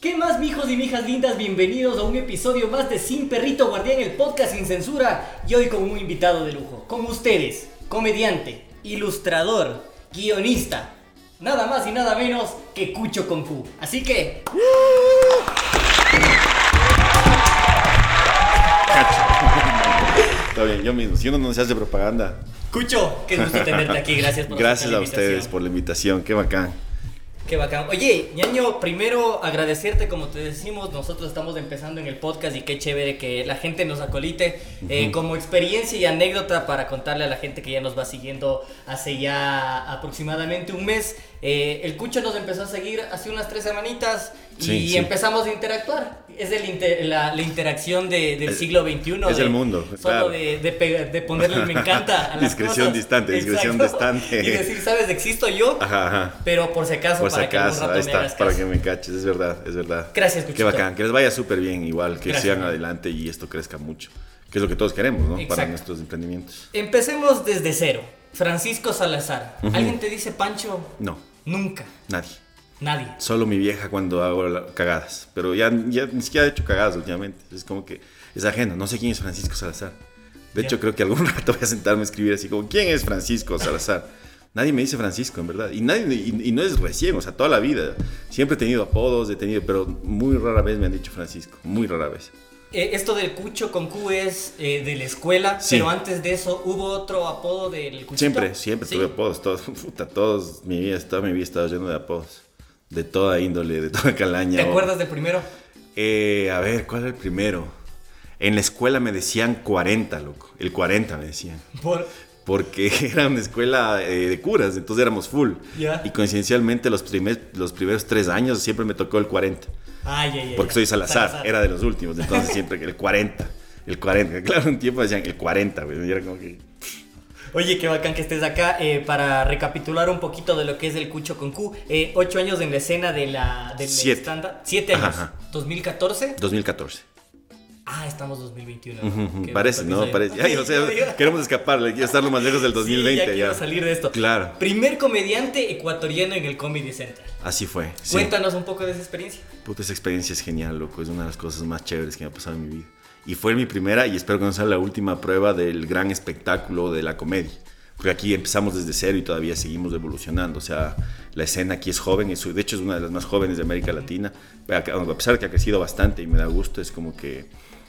¿Qué más, mijos y mijas lindas? Bienvenidos a un episodio más de Sin Perrito Guardián, el podcast sin censura. Y hoy con un invitado de lujo, con ustedes, comediante, ilustrador, guionista, nada más y nada menos que Cucho Kung Fu. Así que... Está bien, yo mismo, si uno no se hace propaganda. Cucho, qué gusto tenerte aquí, gracias por Gracias la a ustedes por la invitación, qué bacán. Qué bacán. Oye, ñaño, primero agradecerte, como te decimos, nosotros estamos empezando en el podcast y qué chévere que la gente nos acolite como experiencia y anécdota para contarle a la gente que ya nos va siguiendo hace ya aproximadamente un mes. El Cucho nos empezó a seguir hace unas 3 semanitas y empezamos a interactuar. Es la interacción del siglo XXI. Es el mundo, solo claro. de ponerle el me encanta a las discreción cosas. distante, discreción distante. Y decir, sabes, existo yo, Ajá. pero por si acaso, Por si para que algún acaso, rato ahí me hagas está, para caso. que me caches, es verdad. Gracias, Cuchito. Qué bacán, que les vaya súper bien igual, que Gracias, sigan man. adelante y esto crezca mucho, que es lo que todos queremos, ¿no? Exacto. Para nuestros emprendimientos. Empecemos desde cero. Francisco Salazar. ¿Alguien te dice Pancho? No, Nunca. nadie. Nadie. Solo mi vieja cuando hago cagadas, pero ya ni siquiera he hecho cagadas últimamente, es como que es ajeno, no sé quién es Francisco Salazar. De hecho, creo que algún rato voy a sentarme a escribir así como, ¿quién es Francisco Salazar? Nadie me dice Francisco, en verdad, y no es recién, o sea, toda la vida. Siempre he tenido apodos, pero muy rara vez me han dicho Francisco, muy rara vez. Esto del Cucho con Q es de la escuela, Sí. pero antes de eso, ¿hubo otro apodo del Cuchito? Siempre ¿Sí? tuve apodos, toda mi vida he estado lleno de apodos, de toda índole, de toda calaña. ¿Te acuerdas del primero? A ver, ¿cuál era el primero? En la escuela me decían 40, loco. El 40 me decían. Porque era una escuela de curas, entonces éramos full. Ya. Y coincidencialmente los primeros 3 años siempre me tocó el 40. Porque soy Salazar, era de los últimos, entonces siempre el 40. El 40. Claro, un tiempo decían el 40, güey. Y era como que... Oye, qué bacán que estés acá. Para recapitular un poquito de lo que es el Cucho con Q, 8 años en la escena del 7. stand-up. 7 años. Ajá. ¿2014? 2014. Estamos 2021. Qué parece, ¿no? Parece. Ay, o sea, queremos escapar, quiero estar lo más lejos del 2020. Sí, ya quiero salir de esto. Claro. Primer comediante ecuatoriano en el Comedy Central. Así fue. Sí. Cuéntanos un poco de esa experiencia. Puta, esa experiencia es genial, loco. Es una de las cosas más chéveres que me ha pasado en mi vida. Y fue mi primera, y espero que no sea la última prueba del gran espectáculo de la comedia. Porque aquí empezamos desde cero y todavía seguimos evolucionando. O sea, la escena aquí es joven, de hecho es una de las más jóvenes de América Latina. A pesar de que ha crecido bastante y me da gusto, es como que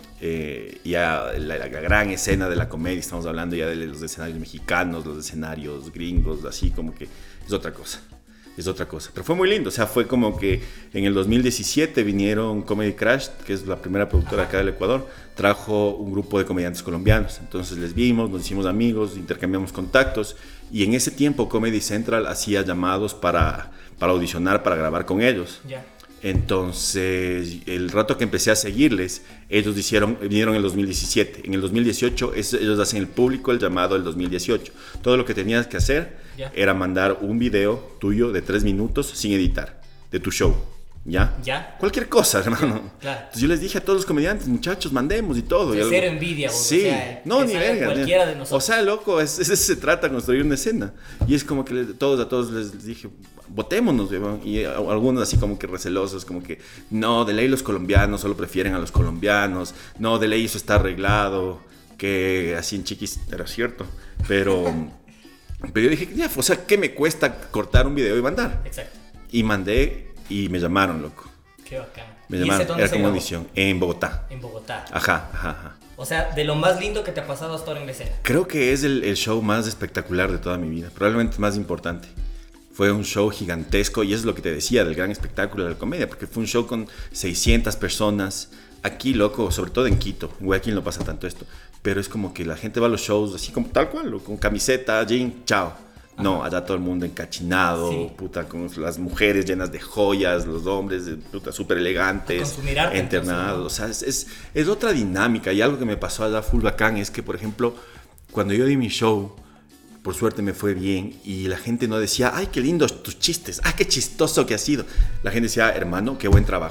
ya la gran escena de la comedia, estamos hablando ya de los escenarios mexicanos, los escenarios gringos, así como que es otra cosa. Pero fue muy lindo, o sea, fue como que en el 2017 vinieron Comedy Crash, que es la primera productora acá del Ecuador, trajo un grupo de comediantes colombianos, entonces les vimos, nos hicimos amigos, intercambiamos contactos, y en ese tiempo Comedy Central hacía llamados para audicionar, para grabar con ellos. Ya. Entonces, el rato que empecé a seguirles, ellos vinieron en el 2017. En el 2018, ellos hacen el público el llamado del 2018. Todo lo que tenías que hacer era mandar un video tuyo de 3 minutos sin editar, de tu show. ¿Ya? Cualquier cosa, hermano. Claro. Entonces yo les dije a todos los comediantes, muchachos, mandemos y todo. De cero envidia, vos. Sí, O sea, no, que ni salga verga. cualquiera de nosotros. O sea, loco, eso se trata de construir una escena. Y es como que a todos les dije, votémonos, ¿no? Y algunos así como que recelosos, como que, no, de ley los colombianos solo prefieren a los colombianos, no, de ley eso está arreglado, que así en chiquis era cierto. Pero yo dije, ya, o sea, ¿qué me cuesta cortar un video y mandar? Exacto. Y mandé y me llamaron, loco. Qué bacán. Me llamaron, era como grabó? audición, en Bogotá. En Bogotá. Ajá. O sea, de lo más lindo que te ha pasado hasta ahora en la escena. Creo que es el show más espectacular de toda mi vida, probablemente más importante. Fue un show gigantesco y eso es lo que te decía del gran espectáculo de la comedia, porque fue un show con 600 personas. Aquí, loco, sobre todo en Quito, en Guayaquil no pasa tanto esto, pero es como que la gente va a los shows así como tal cual, con camiseta, jean, chao. No, allá todo el mundo encachinado, Sí. puta, con las mujeres llenas de joyas, los hombres, puta, súper elegantes, consumir arte, internados. Entonces, ¿no? O sea, es otra dinámica. Y algo que me pasó allá full bacán es que, por ejemplo, cuando yo di mi show, por suerte me fue bien y la gente no decía, ay, qué lindos tus chistes, ay, qué chistoso que has sido. La gente decía, hermano, qué buen trabajo.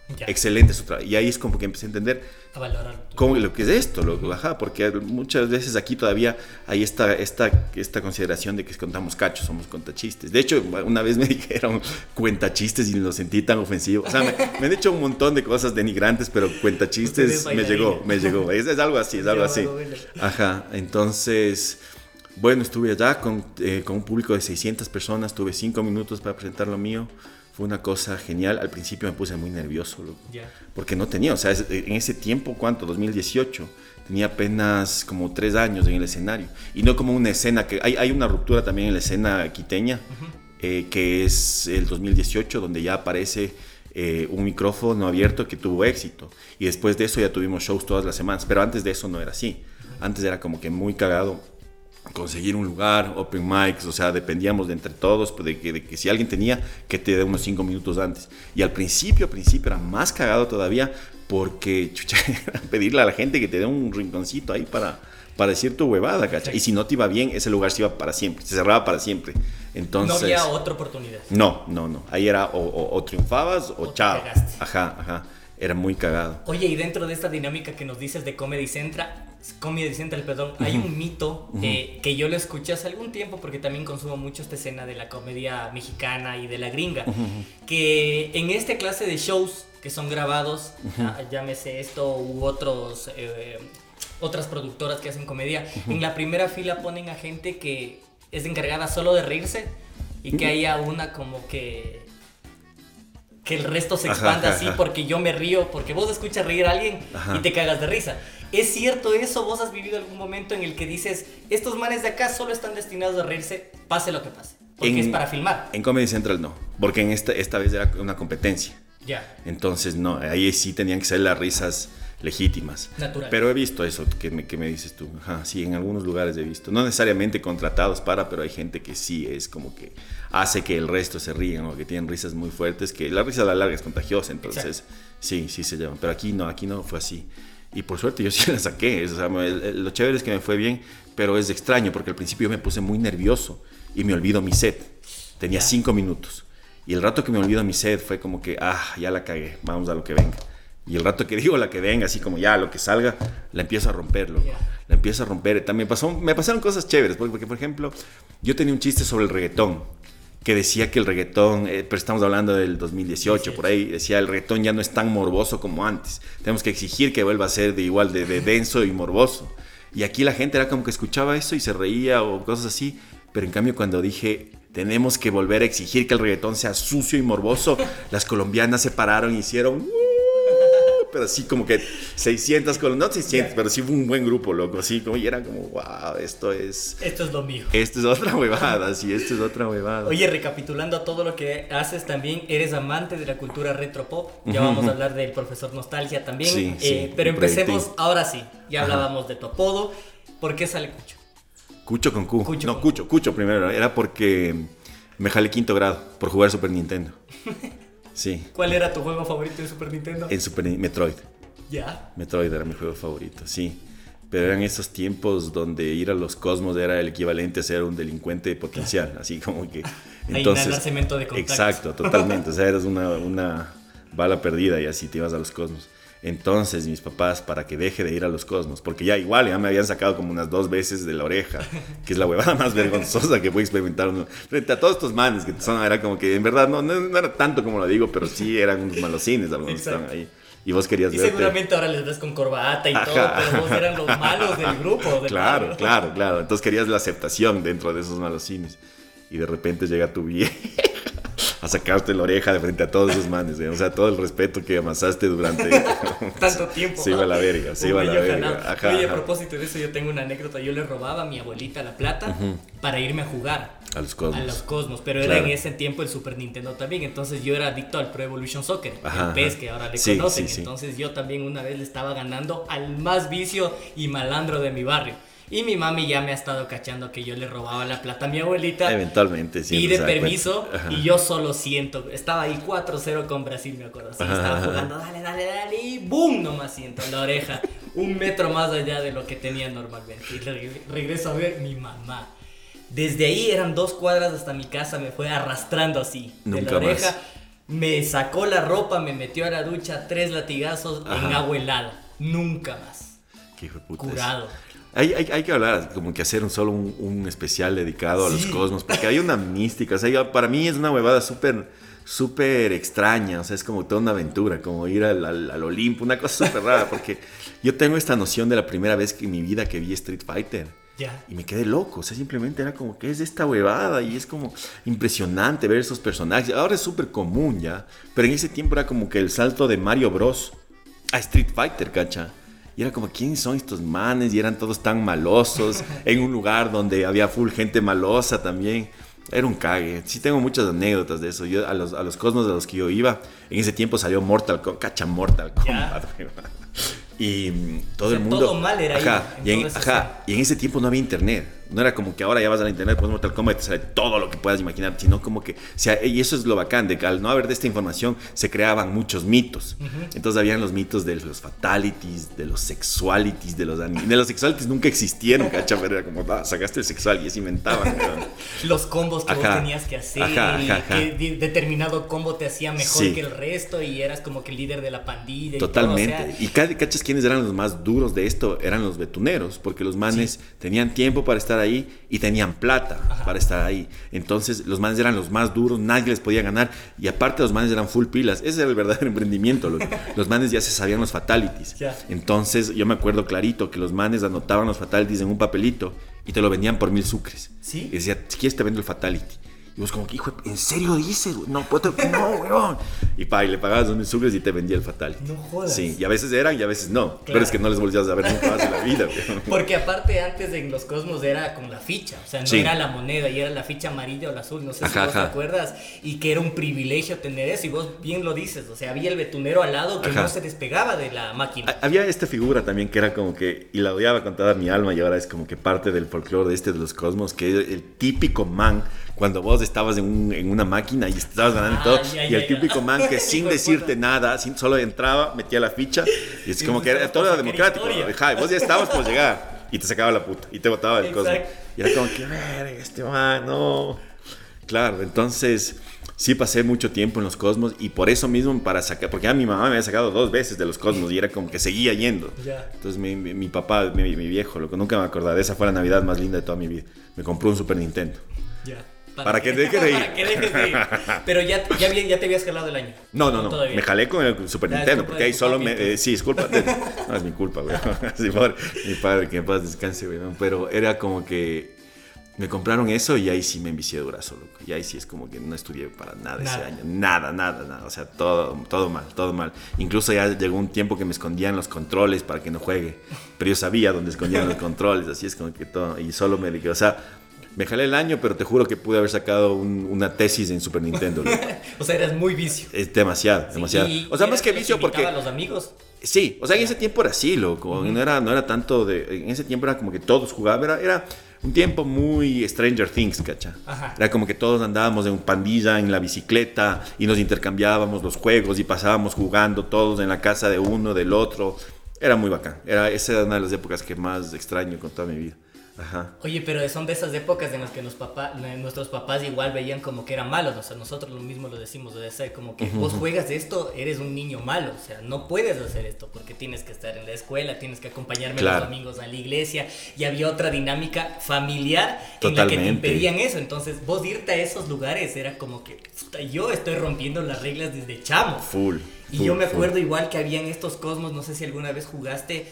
Ya. Excelente su trabajo. Y ahí es como que empecé a entender A valorar. cómo, lo que es esto, ajá, porque muchas veces aquí todavía hay esta consideración de que contamos cachos, somos contachistes. De hecho, una vez me dijeron cuentachistes y lo sentí tan ofensivo. O sea, me han hecho un montón de cosas denigrantes, pero cuentachistes me llegó. Es algo así, es algo así. Ajá, entonces... Bueno, estuve allá con un público de 600 personas, tuve 5 minutos para presentar lo mío. Fue una cosa genial. Al principio me puse muy nervioso, loco, porque no tenía, o sea, en ese tiempo, ¿cuánto? 2018, tenía apenas como 3 años en el escenario. Y no como una escena, que hay una ruptura también en la escena quiteña, que es el 2018, donde ya aparece un micrófono abierto que tuvo éxito. Y después de eso ya tuvimos shows todas las semanas, pero antes de eso no era así. Antes era como que muy cagado conseguir un lugar, open mics, o sea, dependíamos de entre todos, de que si alguien tenía, que te dé unos 5 minutos antes. Y al principio era más cagado todavía, porque chucha, pedirle a la gente que te dé un rinconcito ahí para decir tu huevada, ¿cachai? Y si no te iba bien, ese lugar se iba para siempre, se cerraba para siempre. Entonces, no había otra oportunidad. No. Ahí era o triunfabas o chao. Ajá. Era muy cagado. Oye, y dentro de esta dinámica que nos dices de Comedy Central, hay un mito que yo lo escuché hace algún tiempo, porque también consumo mucho esta escena de la comedia mexicana y de la gringa, que en esta clase de shows que son grabados, llámese esto u otras productoras que hacen comedia, en la primera fila ponen a gente que es encargada solo de reírse y que haya una como que el resto se expanda así, porque yo me río, porque vos escuchas reír a alguien y te cagas de risa. ¿Es cierto eso? ¿Vos has vivido algún momento en el que dices, estos manes de acá solo están destinados a reírse, pase lo que pase? Porque es para filmar. En Comedy Central no, porque en esta vez era una competencia. Ya. Entonces no, ahí sí tenían que ser las risas legítimas. Natural. Pero he visto eso que me dices tú. Ajá, sí, en algunos lugares he visto. No necesariamente contratados pero hay gente que sí es como que hace que el resto se rían, o que tienen risas muy fuertes, que la risa a la larga es contagiosa, entonces sí se llaman. Pero aquí no fue así. Y por suerte yo sí la saqué. O sea, lo chévere es que me fue bien, pero es extraño porque al principio yo me puse muy nervioso y me olvido mi set. Tenía 5 minutos. Y el rato que me olvido mi set fue como que, ya la cagué, vamos a lo que venga. Y el rato que digo la que venga, así como ya lo que salga, la empiezo a romper, loco. La empiezo a romper. También me pasaron cosas chéveres, porque por ejemplo, yo tenía un chiste sobre el reggaetón, que decía que el reggaetón, pero estamos hablando del 2018, por ahí, decía el reggaetón ya no es tan morboso como antes. Tenemos que exigir que vuelva a ser igual de denso y morboso. Y aquí la gente era como que escuchaba eso y se reía o cosas así, pero en cambio cuando dije... Tenemos que volver a exigir que el reggaetón sea sucio y morboso. Las colombianas se pararon y hicieron... pero así como que 600, no 600, pero sí fue un buen grupo, loco. Así como, y era como, wow, esto es lo mío. Esto es otra huevada, sí, esto es otra huevada. Oye, recapitulando a todo lo que haces también, eres amante de la cultura retro pop. Ya vamos a hablar del profesor Nostalgia también. Sí, pero empecemos, ahora sí. Ya hablábamos de tu apodo. ¿Por qué sale Cucho? Cucho con Q. Cucho primero. Era porque me jalé 5º grado por jugar Super Nintendo. Sí. ¿Cuál era tu juego favorito de Super Nintendo? Metroid. ¿Ya? Metroid era mi juego favorito, sí. Pero eran esos tiempos donde ir a los cosmos era el equivalente a ser un delincuente potencial. Así como que... Entonces, ahí cemento de contacto. Exacto, totalmente. O sea, eras una bala perdida y así te ibas a los cosmos. Entonces mis papás, para que deje de ir a los cosmos, porque ya me habían sacado como unas 2 veces de la oreja, que es la huevada más vergonzosa que puede experimentar uno frente a todos estos manes que era como que en verdad no era tanto como lo digo, pero sí eran unos malocines algunos que estaban ahí. Y vos querías verte. Seguramente ahora les ves con corbata y todo, pero vos eran los malos del grupo. Claro. Entonces querías la aceptación dentro de esos malocines. Y de repente llega tu vieja a sacarte la oreja de frente a todos esos manes, o sea, todo el respeto que amasaste durante tanto tiempo. Se iba a la verga, Oye, a propósito de eso, yo tengo una anécdota. Yo le robaba a mi abuelita la plata para irme a jugar a los cosmos, pero era en ese tiempo el Super Nintendo también. Entonces yo era adicto al Pro Evolution Soccer, el PES, que ahora le conocen. Entonces yo también una vez le estaba ganando al más vicio y malandro de mi barrio. Y mi mami ya me ha estado cachando que yo le robaba la plata a mi abuelita. Eventualmente, sí. Pide permiso y yo solo siento. Estaba ahí 4-0 con Brasil, me acuerdo. Así estaba jugando, dale. Y ¡boom! Nomás siento en la oreja. 1 metro más allá de lo que tenía normalmente. Y regreso a ver mi mamá. Desde ahí eran 2 cuadras hasta mi casa. Me fue arrastrando así. Nunca de la oreja. Más. me sacó la ropa, me metió a la ducha, 3 latigazos en agua helada. Nunca más. Qué hijo de puta. Curado. Hay que hablar, como que hacer un especial dedicado a los cosmos, porque hay una mística, o sea, para mí es una huevada súper extraña, o sea, es como toda una aventura, como ir al Olimpo, una cosa súper rara, porque yo tengo esta noción de la primera vez en mi vida que vi Street Fighter. Ya. Y me quedé loco, o sea, simplemente era como, ¿qué es esta huevada? Y es como impresionante ver esos personajes. Ahora es súper común ya, pero en ese tiempo era como que el salto de Mario Bros. A Street Fighter, ¿cacha? Y era como, ¿quiénes son estos manes? Y eran todos tan malosos, en un lugar donde había full gente malosa también. Era un cague. Sí tengo muchas anécdotas de eso. Yo a los cosmos a los que yo iba, en ese tiempo salió Mortal Kombat, cacha Mortal Kombat. Y todo el mundo... todo mal era ajá, ahí. Y en ese tiempo no había internet. No era como que ahora ya vas a la internet, pones Mortal Kombat y te sale todo lo que puedas imaginar, sino como que... y eso es lo bacán, de que al no haber de esta información se creaban muchos mitos. Entonces habían los mitos de los fatalities, de los sexualities, de los sexualities nunca existieron, ¿cacha? Pero era como, sacaste el sexual y se inventaban. Los combos que vos tenías que hacer, que determinado combo te hacía mejor que el resto y eras como que el líder de la pandilla. Totalmente. Y todo, o sea, y ¿cachas quiénes eran los más duros de esto? Eran los betuneros, porque los manes tenían tiempo para estar ahí y tenían plata para estar ahí. Entonces los manes eran los más duros, nadie les podía ganar, y aparte los manes eran full pilas. Ese era el verdadero emprendimiento. Los manes ya se sabían los fatalities. Entonces yo me acuerdo clarito que los manes anotaban los fatalities en un papelito y te lo vendían por 1000 sucres. ¿Sí? Y decía, si quieres te vendo el fatality. Y vos como que, hijo, ¿en serio dices? No, no, weón. Y le pagabas 2000 sucres y te vendía el fatality. No jodas. Sí, y a veces eran y a veces no. Claro. Pero es que no les volvías a ver nunca más en la vida, weón. Porque aparte antes en los cosmos era con la ficha, o sea, no era la moneda, y era la ficha amarilla o la azul, no sé si vos te acuerdas, y que era un privilegio tener eso, y vos bien lo dices, o sea, había el betunero al lado que no se despegaba de la máquina. Había esta figura también que era como que, y la odiaba con toda mi alma, y ahora es como que parte del folclore de los cosmos, que es el típico man, cuando vos estabas en una máquina y estabas ganando todo, y el típico man que sin decirte nada, solo entraba, metía la ficha, y es como que era todo democrático, ¿no? Vos ya estabas por llegar, y te sacaba la puta, y te botaba del cosmos. Y era como que, verga, este man, no. Claro, entonces sí pasé mucho tiempo en los cosmos, y por eso mismo para sacar, porque a mi mamá me había sacado 2 veces de los cosmos y era como que seguía yendo. Entonces mi papá, mi viejo, loco, nunca me acordaba, esa fue la Navidad más linda de toda mi vida. Me compró un Super Nintendo. Para que dejes de ir. Para que dejes de ir. Pero ya te habías jalado el año. No. Me jalé con el Super Nintendo, porque ahí solo sí, es culpa. No es mi culpa, güey. Sí, por mi padre, que en paz descanse, güey. Pero era como que me compraron eso y ahí sí me envicié durazo, loco. Y ahí sí es como que no estudié para nada ese año. Nada. O sea, todo mal. Incluso ya llegó un tiempo que me escondían los controles para que no juegue. Pero yo sabía dónde escondían los controles. Así es como que todo. Y solo me dije, o sea, me jalé el año, pero te juro que pude haber sacado una tesis en Super Nintendo. O sea, eras muy vicio. Es demasiado. O sea, más que vicio porque... a los amigos? Sí, o sea, en ese tiempo era así, loco. No era tanto de... En ese tiempo era como que todos jugaban. Era un tiempo muy Stranger Things, ¿cacha? Era como que todos andábamos en pandilla, en la bicicleta, y nos intercambiábamos los juegos y pasábamos jugando todos en la casa de uno, del otro. Era muy bacán. Esa era una de las épocas que más extraño con toda mi vida. Oye, pero son de esas épocas en las que nuestros papás igual veían como que eran malos, o sea, nosotros lo mismo lo decimos, debe ser como que vos juegas esto, eres un niño malo, o sea, no puedes hacer esto porque tienes que estar en la escuela, tienes que acompañarme los domingos a la iglesia, y había otra dinámica familiar en la que te impedían eso. Entonces vos irte a esos lugares era como que yo estoy rompiendo las reglas desde chamo. Y yo me acuerdo igual que habían estos cosmos, no sé si alguna vez jugaste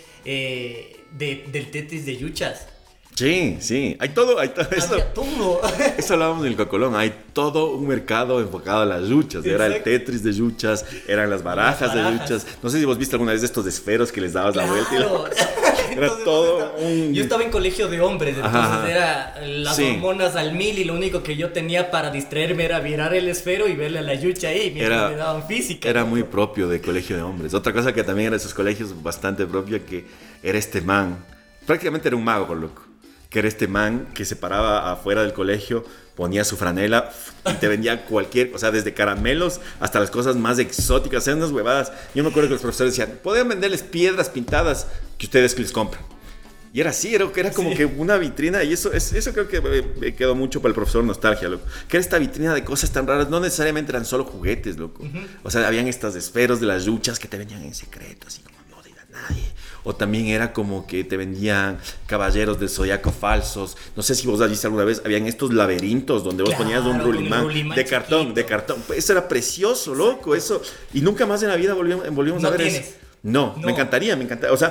del Tetris de Yuchas. Sí, hay todo eso. Eso hablábamos en el Cocolón, hay todo un mercado enfocado a las luchas. Era el Tetris de luchas, eran las barajas de luchas. No sé si vos viste alguna vez estos esferos que les dabas la vuelta. Era entonces, todo yo estaba en colegio de hombres, entonces era las hormonas al 1000 y lo único que yo tenía para distraerme era virar el esfero y verle a la yucha ahí mientras me daban física. Era muy propio de colegio de hombres. Otra cosa que también era de esos colegios bastante propia, que era este man, prácticamente era un mago, loco. Que era este man que se paraba afuera del colegio, ponía su franela y te vendía cualquier, o sea, desde caramelos hasta las cosas más exóticas, eran unas huevadas. Yo me acuerdo que los profesores decían, podían venderles piedras pintadas que ustedes les compran. Y era así, era como que una vitrina, y eso creo que me quedó mucho para el profesor Nostalgia, loco. Que era esta vitrina de cosas tan raras, no necesariamente eran solo juguetes, loco. O sea, habían estas esferos de las luchas que te vendían en secreto, así como no diga nadie. O también era como que te vendían caballeros del zodiaco falsos. No sé si vos has visto alguna vez, habían estos laberintos donde vos ponías un rulimán de cartón. Eso era precioso, loco, eso. Y nunca más en la vida volvimos a ver eso. No, me encantaría. O sea,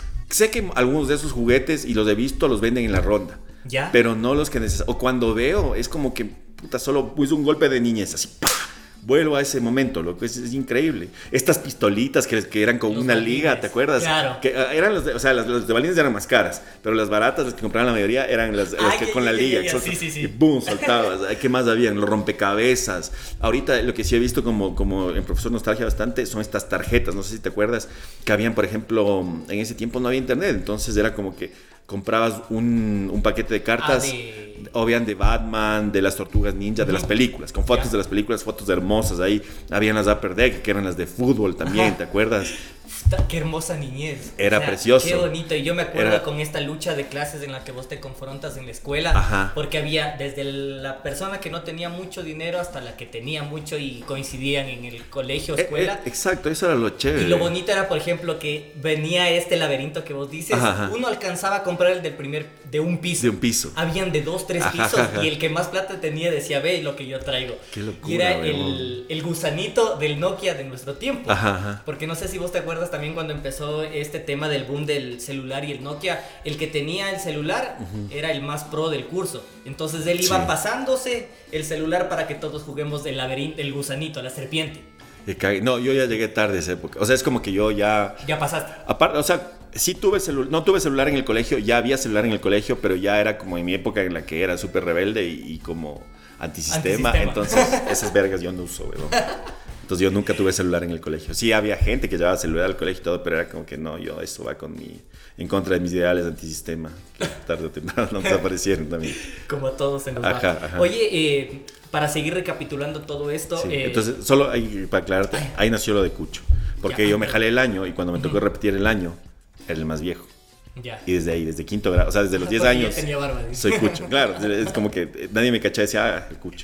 sé que algunos de esos juguetes, y los he visto, los venden en la ronda. ¿Ya? Pero no los que necesitas. O cuando veo, es como que, puta, solo puse un golpe de niñez, así, ¡pah! Vuelvo a ese momento, lo que es increíble. Estas pistolitas que eran con una liga, ¿te acuerdas? Claro. Que eran las de balines eran más caras, pero las baratas, las que compraban la mayoría, eran las que con la liga. Sí. Y boom, soltabas. ¿Qué más habían? Los rompecabezas. Ahorita lo que sí he visto como en Profesor Nostalgia bastante son estas tarjetas, no sé si te acuerdas, que habían, por ejemplo, en ese tiempo no había internet, entonces era como que comprabas un paquete de cartas, o bien de Batman, de las Tortugas Ninja, de las películas, con fotos de las películas, fotos hermosas ahí. Habían las Upper Deck, que eran las de fútbol también, ¿te acuerdas? Qué hermosa niñez. Era precioso. Qué bonito. Y yo me acuerdo con esta lucha de clases en la que vos te confrontas en la escuela. Porque había desde la persona que no tenía mucho dinero hasta la que tenía mucho y coincidían en el colegio, escuela. Exacto, eso era lo chévere. Y lo bonito era, por ejemplo, que venía este laberinto que vos dices. Uno alcanzaba a comprar el de un piso. De un piso. Habían de 2, 3 pisos. Y el que más plata tenía decía, ve lo que yo traigo. Qué locura, y era el gusanito del Nokia de nuestro tiempo. Porque no sé si vos te acuerdas también cuando empezó este tema del boom del celular y el Nokia, el que tenía el celular era el más pro del curso. Entonces él iba pasándose el celular para que todos juguemos el laberinto, el gusanito, la serpiente. No, yo ya llegué tarde a esa época. O sea, es como que yo ya... Ya pasaste. Aparte, o sea, sí no tuve celular en el colegio, ya había celular en el colegio, pero ya era como en mi época en la que era súper rebelde y como antisistema. Entonces esas vergas yo no uso, weón. Entonces yo nunca tuve celular en el colegio. Sí había gente que llevaba celular al colegio y todo, pero era como que no, eso va en contra de mis ideales antisistema, que tarde o temprano no desaparecieron también. Como a todos se nos va. Oye, para seguir recapitulando todo esto... Sí, entonces, solo para aclararte, ahí nació lo de Cucho. Porque yo me jalé el año y cuando me tocó repetir el año, era el más viejo. Ya. Y desde ahí, desde quinto grado, o sea, desde los 10 años, tenía barba, soy Cucho. Claro, es como que nadie me cachaba y decía, el Cucho.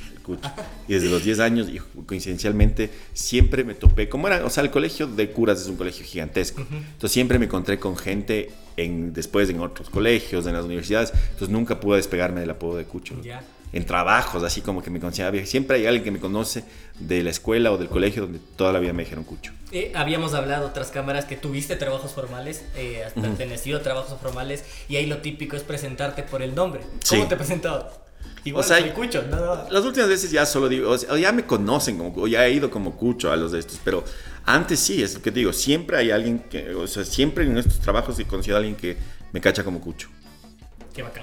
Y desde los 10 años, y coincidencialmente, siempre me topé, como era, o sea, el colegio de curas es un colegio gigantesco. Entonces siempre me encontré con gente después en otros colegios, en las universidades. Entonces nunca pude despegarme del apodo de Cucho. Ya. En trabajos, así como que me conocía viejo. Siempre hay alguien que me conoce de la escuela o del colegio donde toda la vida me dijeron Cucho. Habíamos hablado tras cámaras que tuviste trabajos formales, has pertenecido a trabajos formales, y ahí lo típico es presentarte por el nombre. ¿Cómo te presentabas? Igual, o sea, soy Cucho, nada. Las últimas veces ya solo digo, o sea, ya me conocen, o ya he ido como Cucho a los de estos, pero antes sí, es lo que te digo, siempre hay alguien que, o sea, siempre en estos trabajos he conocido a alguien que me cacha como Cucho. Qué bacán.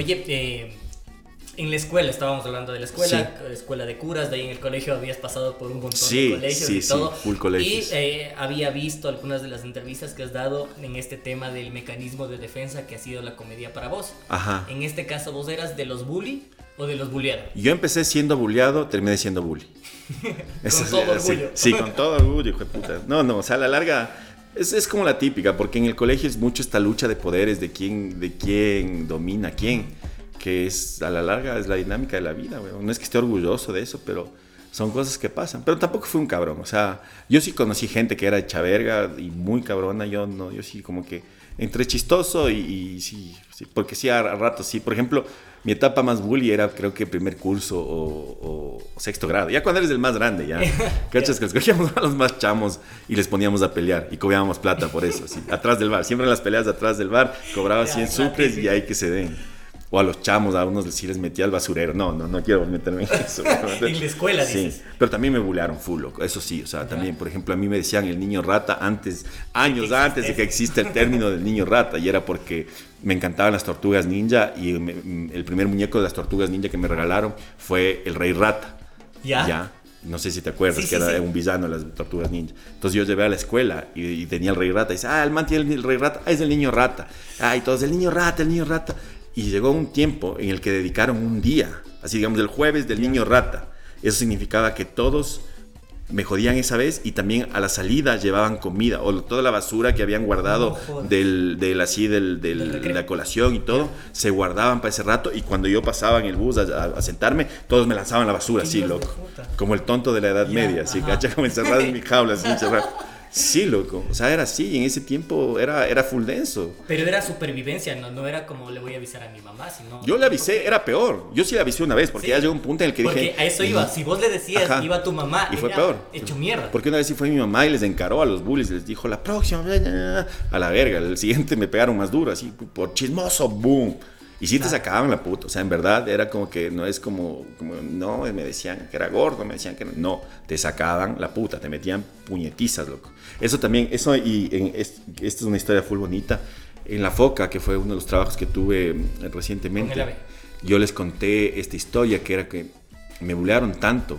Oye, en la escuela, estábamos hablando de la escuela, escuela de curas, de ahí en el colegio habías pasado por un montón de colegios y todo. Full colegios. Y había visto algunas de las entrevistas que has dado en este tema del mecanismo de defensa que ha sido la comedia para vos. En este caso, ¿vos eras de los bully o de los bulleados? Yo empecé siendo bulleado, terminé siendo bully. Con todo orgullo. Sí, con todo orgullo, hijo de puta. No, o sea, a la larga... Es como la típica, porque en el colegio es mucho esta lucha de poderes, de quién domina a quién, que es a la larga es la dinámica de la vida, güey. No es que esté orgulloso de eso, pero son cosas que pasan. Pero tampoco fui un cabrón, o sea, yo sí conocí gente que era hecha verga y muy cabrona, yo sí como que entre chistoso y sí, porque sí a ratos sí. Por ejemplo, mi etapa más bully era creo que primer curso o sexto grado, ya cuando eres el más grande, ya. ¿Cachas? Que les cogíamos a los más chamos y les poníamos a pelear y cobrábamos plata por eso, sí, atrás del bar, siempre en las peleas atrás del bar, cobraba 100 sucres y ahí que se den. O a los chamos, a unos sí les metía al basurero. No quiero meterme en eso. En la escuela, dices. Sí, pero también me bulearon full, loco. Eso sí, o sea, también, por ejemplo, a mí me decían el niño rata años antes de que exista el término del niño rata. Y era porque me encantaban las tortugas ninja y el primer muñeco de las tortugas ninja que me regalaron fue el Rey Rata. ¿Ya? No sé si te acuerdas que era un villano de las tortugas ninja. Entonces yo llevé a la escuela y tenía el Rey Rata. Y dice, el man tiene el Rey Rata. Es el niño rata. Y todos, el niño rata. Y llegó un tiempo en el que dedicaron un día, así digamos el jueves del niño rata. Eso significaba que todos me jodían esa vez, y también a la salida llevaban comida o toda la basura que habían guardado de la colación y todo, se guardaban para ese rato, y cuando yo pasaba en el bus a sentarme, todos me lanzaban la basura, así, loco, como el tonto de la Edad Media, así, cacha, como encerrado en mi jaula, así, encerrado. Sí, loco, o sea, era así, y en ese tiempo era full denso. Pero era supervivencia, no era como le voy a avisar a mi mamá, sino... Yo le avisé, era peor, yo sí le avisé una vez, porque ya llegó un punto en el que dije... Porque a eso iba, si vos le decías, iba tu mamá, y fue peor. Hecho mierda. Porque una vez sí fue mi mamá y les encaró a los bullies, les dijo, la próxima, a la verga, el siguiente me pegaron más duro, así, por chismoso, boom. Y sí te sacaban la puta, o sea, en verdad era como que no es como no, me decían que era gordo, me decían que no, te sacaban la puta, te metían puñetizas, loco. Eso también, esta es una historia full bonita. En La Foca, que fue uno de los trabajos que tuve recientemente, yo les conté esta historia que era que me buleaban tanto,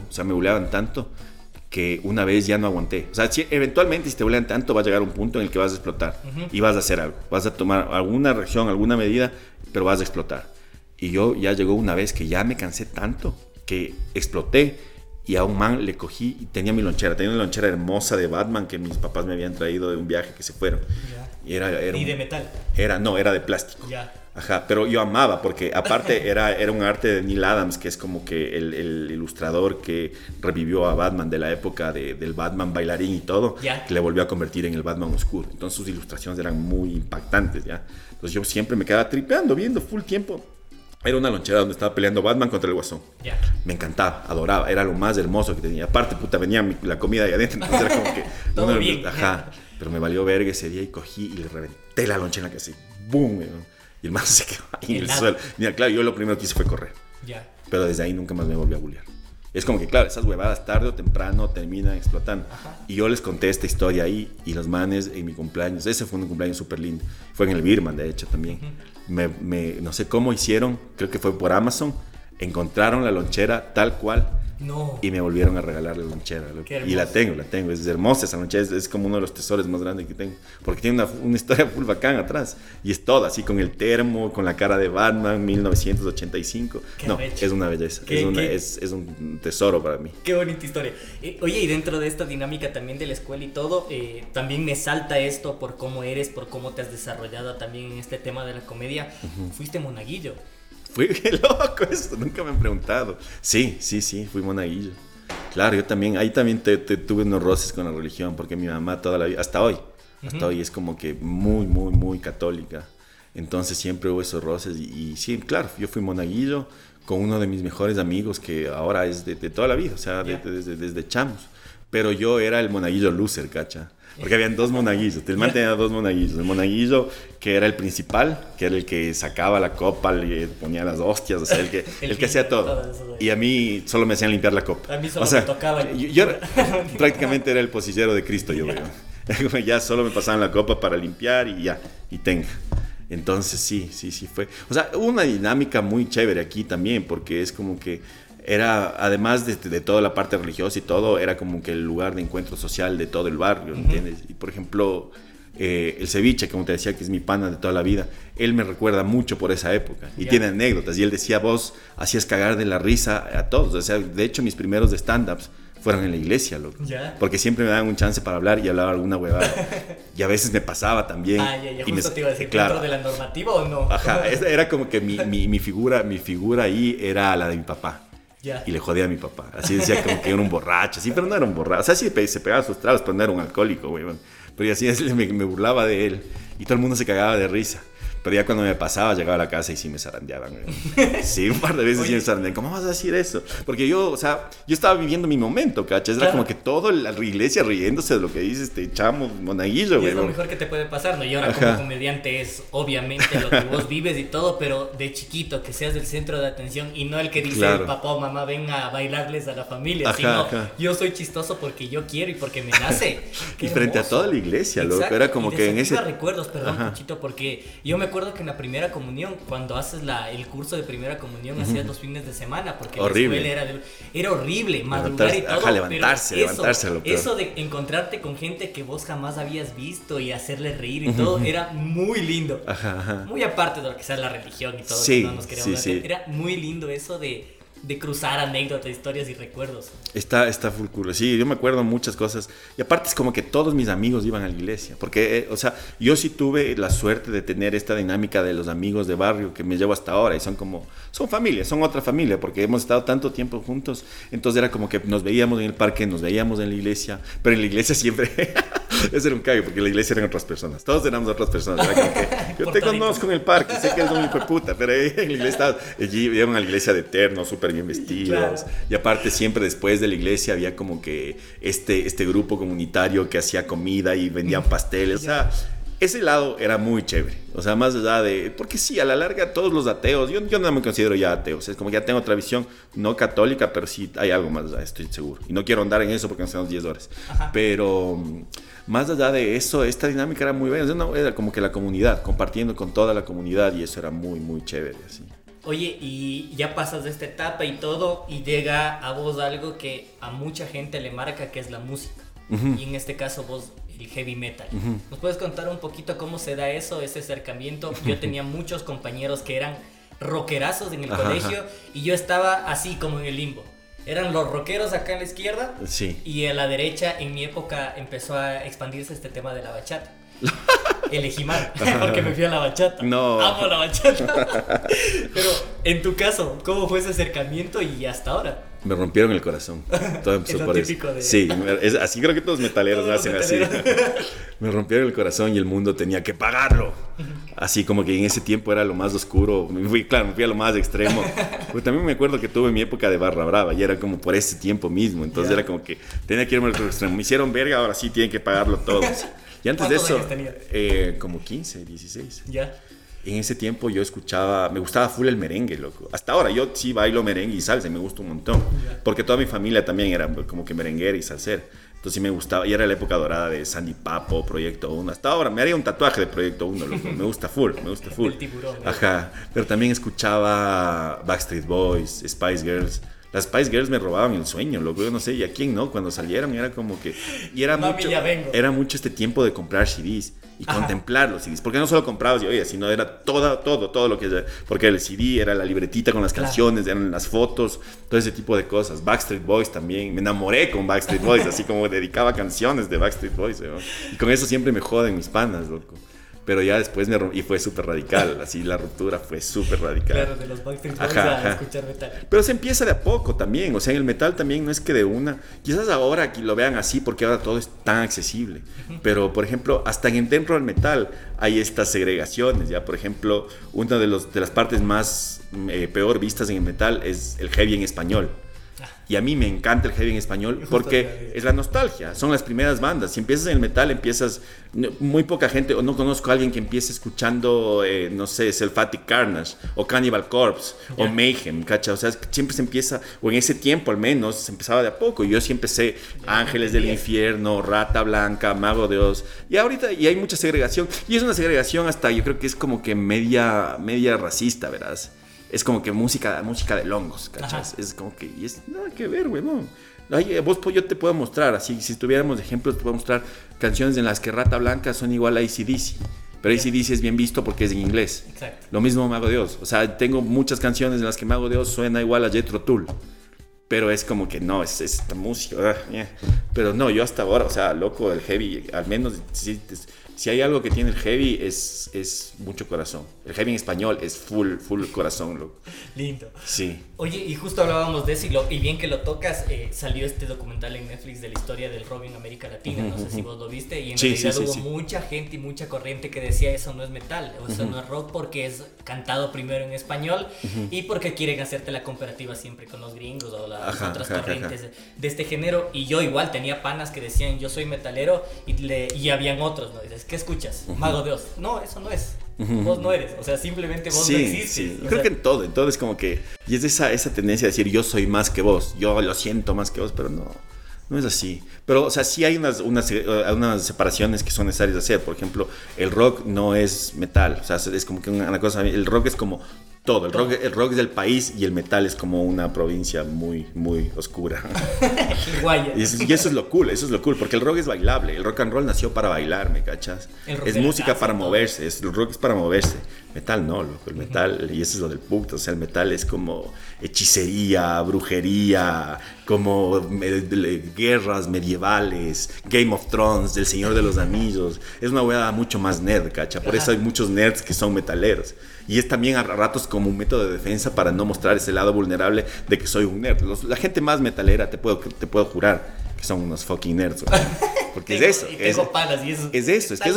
que una vez ya no aguanté. O sea, eventualmente si te bulean tanto va a llegar un punto en el que vas a explotar y vas a hacer algo, vas a tomar alguna reacción, alguna medida, pero vas a explotar. Y yo ya llegó una vez que ya me cansé tanto que exploté, y a un man le cogí y tenía una lonchera hermosa de Batman que mis papás me habían traído de un viaje que se fueron. Y era ¿Y de metal? Era de plástico. Ya. Ajá, pero yo amaba porque aparte era un arte de Neil Adams, que es como que el ilustrador que revivió a Batman de la época del Batman bailarín y todo, que le volvió a convertir en el Batman oscuro. Entonces sus ilustraciones eran muy impactantes, ¿ya? Entonces yo siempre me quedaba tripeando, viendo full tiempo. Era una lonchera donde estaba peleando Batman contra el Guasón. Me encantaba, adoraba, era lo más hermoso que tenía. Aparte, puta, venía la comida ahí adentro, entonces era como que... Todo bien. Ajá, pero me valió verga ese día y cogí y le reventé la lonchera que así, ¡boom! Y el man se quedó ahí en el suelo. Mira, claro, yo lo primero que hice fue correr. Pero desde ahí nunca más me volví a bullear. Es como que, claro, esas huevadas tarde o temprano terminan explotando. Y yo les conté esta historia ahí, y los manes en mi cumpleaños, ese fue un cumpleaños súper lindo. Fue en el Birman, de hecho, también. No sé cómo hicieron, creo que fue por Amazon, encontraron la lonchera tal cual. Y me volvieron a regalar la lonchera. Y la tengo, es hermosa esa lonchera, es como uno de los tesoros más grandes que tengo, porque tiene una historia full bacán atrás, y es toda así, con el termo, con la cara de Batman, 1985. Es una belleza, es un tesoro para mí. Qué bonita historia. Oye, y dentro de esta dinámica también de la escuela y todo, también me salta esto por cómo eres, por cómo te has desarrollado también en este tema de la comedia. Fuiste monaguillo. Fui loco eso, nunca me han preguntado. Sí, fui monaguillo. Claro, yo también, ahí también tuve unos roces con la religión, porque mi mamá toda la vida, hasta hoy es como que muy, muy, muy católica. Entonces siempre hubo esos roces, y sí, claro, yo fui monaguillo con uno de mis mejores amigos, que ahora es de toda la vida, o sea, desde chamos. Pero yo era el monaguillo loser, ¿cacha? Porque habían dos monaguillos, el man tenía dos monaguillos. El monaguillo que era el principal, que era el que sacaba la copa, le ponía las hostias, o sea, el que hacía todo. Y a mí solo me hacían limpiar la copa. A mí solo me tocaba. Yo prácticamente era el posillero de Cristo, yo creo. Ya solo me pasaban la copa para limpiar y ya, y tenga. Entonces sí fue. O sea, hubo una dinámica muy chévere aquí también, porque es como que era, además de toda la parte religiosa y todo, era como que el lugar de encuentro social de todo el barrio, ¿entiendes? Y por ejemplo, el ceviche, como te decía, que es mi pana de toda la vida, él me recuerda mucho por esa época y tiene anécdotas, y él decía, vos hacías cagar de la risa a todos. O sea, de hecho mis primeros de stand-ups fueron en la iglesia, loco. Porque siempre me daban un chance para hablar y hablar alguna huevada. Y a veces me pasaba también. Justo te iba a decir, claro, ¿dentro de la normativa o no? Ajá, era como que mi figura ahí era la de mi papá. Y le jodía a mi papá. Así decía como que era un borracho, así, pero no era un borracho. O sea, sí se pegaba sus tragos, pero no era un alcohólico, güey. Pero así me burlaba de él, y todo el mundo se cagaba de risa. Pero ya cuando me pasaba, llegaba a la casa y sí me zarandeaban. Sí, un par de veces sí me zarandeaban. ¿Cómo vas a decir eso? Porque yo estaba viviendo mi momento, ¿cachas? Era como que toda la iglesia riéndose de lo que dice este chamo monaguillo, güey. Y es lo mejor que te puede pasar, ¿no? Y ahora como comediante es obviamente lo que vos vives y todo, pero de chiquito, que seas el centro de atención y no el que dice papá o mamá ven a bailarles a la familia, sino yo soy chistoso porque yo quiero y porque me nace. Y frente a toda la iglesia, loco. Era como que en ese... recuerdos, perdón, Puchito, porque yo me acuerdo que en la primera comunión, cuando haces el curso de primera comunión, hacías los fines de semana, porque horrible. La escuela era horrible, madrugar y todo. Levantarse a lo peor. Eso de encontrarte con gente que vos jamás habías visto y hacerle reír y todo, era muy lindo. Muy aparte de lo que sea la religión y todo, que no nos queremos hacer. Era muy lindo eso de de cruzar anécdotas, historias y recuerdos. Está full cool. Sí, yo me acuerdo muchas cosas. Y aparte es como que todos mis amigos iban a la iglesia. Porque, o sea, yo sí tuve la suerte de tener esta dinámica de los amigos de barrio que me llevo hasta ahora. Y son familia, son otra familia. Porque hemos estado tanto tiempo juntos. Entonces era como que nos veíamos en el parque, nos veíamos en la iglesia. Pero en la iglesia siempre... Ese era un cague, porque en la iglesia eran otras personas. Todos éramos otras personas. Era como que, yo te conozco en el parque, sé que eres un hijo de puta. Pero en la iglesia iban a la iglesia de eterno, súper bien vestidos. Claro. Y aparte siempre después de la iglesia había como que este grupo comunitario que hacía comida y vendían pasteles. O sea, ese lado era muy chévere. O sea, más allá de... Porque sí, a la larga todos los ateos, yo no me considero ya ateo. O sea, es como que ya tengo otra visión no católica, pero sí hay algo más allá, estoy seguro. Y no quiero andar en eso porque nos quedamos 10 horas. Ajá. Pero más allá de eso, esta dinámica era muy buena. O sea, no, era como que la comunidad, compartiendo con toda la comunidad, y eso era muy, muy chévere, así. Oye, y ya pasas de esta etapa y todo, y llega a vos algo que a mucha gente le marca, que es la música. Uh-huh. Y en este caso vos, el heavy metal. Uh-huh. ¿Nos puedes contar un poquito cómo se da eso, ese acercamiento? Yo tenía muchos compañeros que eran rockerazos en el colegio, y yo estaba así como en el limbo. Eran los rockeros acá en la izquierda, sí, y a la derecha, en mi época, empezó a expandirse este tema de la bachata. Elegí mal, porque me fui a la bachata. No. Amo la bachata. Pero en tu caso, ¿cómo fue ese acercamiento y hasta ahora? Me rompieron el corazón. Todo empezó por eso. Sí, así creo que todos los metaleros hacen así. Me rompieron el corazón y el mundo tenía que pagarlo. Así como que en ese tiempo era lo más oscuro. Me fui a lo más extremo. Porque también me acuerdo que tuve mi época de barra brava y era como por ese tiempo mismo. Entonces era como que tenía que irme al extremo. Me hicieron verga, ahora sí tienen que pagarlo todos. Y antes de eso, como 15, 16. Ya. En ese tiempo yo me gustaba full el merengue, loco. Hasta ahora yo sí bailo merengue y salsa y me gusta un montón. Porque toda mi familia también era como que merenguera y salsera. Entonces sí me gustaba. Y era la época dorada de Sandy Papo, Proyecto 1. Hasta ahora me haría un tatuaje de Proyecto 1, loco. Me gusta full. El tiburón. Ajá. Pero también escuchaba Backstreet Boys, Spice Girls. Las Spice Girls me robaban el sueño, loco. Yo no sé, ¿y a quién no? Cuando salieron era como que... Y era mucho este tiempo de comprar CDs y contemplar los CDs. Porque no solo comprabas y oye, sino era todo lo que... Porque el CD era la libretita con las canciones, eran las fotos, todo ese tipo de cosas. Backstreet Boys también. Me enamoré con Backstreet Boys, así como dedicaba canciones de Backstreet Boys, ¿no? Y con eso siempre me joden mis panas, loco. Pero ya después y fue súper radical, así la ruptura fue súper radical. Claro, de los Backstreet Boys a escuchar metal. Pero se empieza de a poco también, o sea, en el metal también no es que de una. Quizás ahora aquí lo vean así porque ahora todo es tan accesible. Pero, por ejemplo, hasta dentro del metal hay estas segregaciones, ya. Por ejemplo, una de las partes más peor vistas en el metal es el heavy en español. Y a mí me encanta el heavy en español porque es la nostalgia, son las primeras bandas. Si empiezas en el metal, muy poca gente, o no conozco a alguien que empiece escuchando, no sé, Selphatic Carnage, o Cannibal Corpse, o Mayhem, ¿cacha? O sea, siempre se empieza, o en ese tiempo al menos, se empezaba de a poco. Yo sí empecé Ángeles del Infierno, Rata Blanca, Mago de Oz, y ahorita y hay mucha segregación, y es una segregación hasta, yo creo que es como que media racista, ¿verdad? Es como que música de longos, ¿cachas? Es como que... Y es nada que ver, huevón. Yo te puedo mostrar, así, si tuviéramos ejemplos, te puedo mostrar canciones en las que Rata Blanca son igual a AC/DC. Pero AC/DC es bien visto porque es en inglés. Exacto. Lo mismo Mago de Oz. O sea, tengo muchas canciones en las que Mago de Oz suena igual a Jethro Tull. Pero es como que no, es esta música. Pero no, yo hasta ahora, o sea, loco, el heavy, al menos... Si hay algo que tiene el heavy es mucho corazón. El heavy en español es full corazón, loco. Lindo. Sí. Oye, y justo hablábamos de eso y bien que lo tocas, salió este documental en Netflix de la historia del rock en América Latina, no sé si vos lo viste, y en realidad hubo mucha gente y mucha corriente que decía eso no es metal, o eso no es rock porque es cantado primero en español y porque quieren hacerte la comparativa siempre con los gringos o las otras corrientes de este género. Y yo igual tenía panas que decían yo soy metalero y habían otros, ¿no? Dices, ¿qué escuchas? Mago de Oz. No, eso no es. Vos no eres, o sea, simplemente vos no existes. Sí. Creo que en todo es como que... Y es esa tendencia de decir yo soy más que vos, yo lo siento más que vos, pero no es así. Pero, o sea, sí hay unas separaciones que son necesarias de hacer. Por ejemplo, el rock no es metal, o sea, es como que una cosa... El rock es como Todo, el rock es del país y el metal es como una provincia muy, muy oscura. Y eso es lo cool, porque el rock es bailable, el rock and roll nació para bailar, ¿me cachas? Es música para moverse, el rock es para moverse, metal no, loco, el metal, y eso es lo del punto, o sea, el metal es como hechicería, brujería, como guerras medievales, Game of Thrones, del Señor de los Anillos, es una hueá mucho más nerd, ¿cacha? Por eso hay muchos nerds que son metaleros. Y es también a ratos como un método de defensa para no mostrar ese lado vulnerable de que soy un nerd. La gente más metalera, te puedo jurar que son unos fucking nerds. Porque es eso. Tengo palas y eso. Es eso. Es que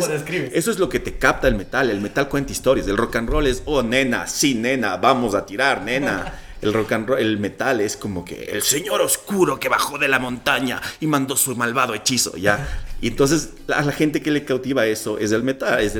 eso es lo que te capta el metal. El metal cuenta historias. El rock and roll es, oh, nena, sí, nena, vamos a tirar, nena. El rock and roll, el metal es como que el señor oscuro que bajó de la montaña y mandó su malvado hechizo, ¿ya? Y entonces a la gente que le cautiva eso es el metal, es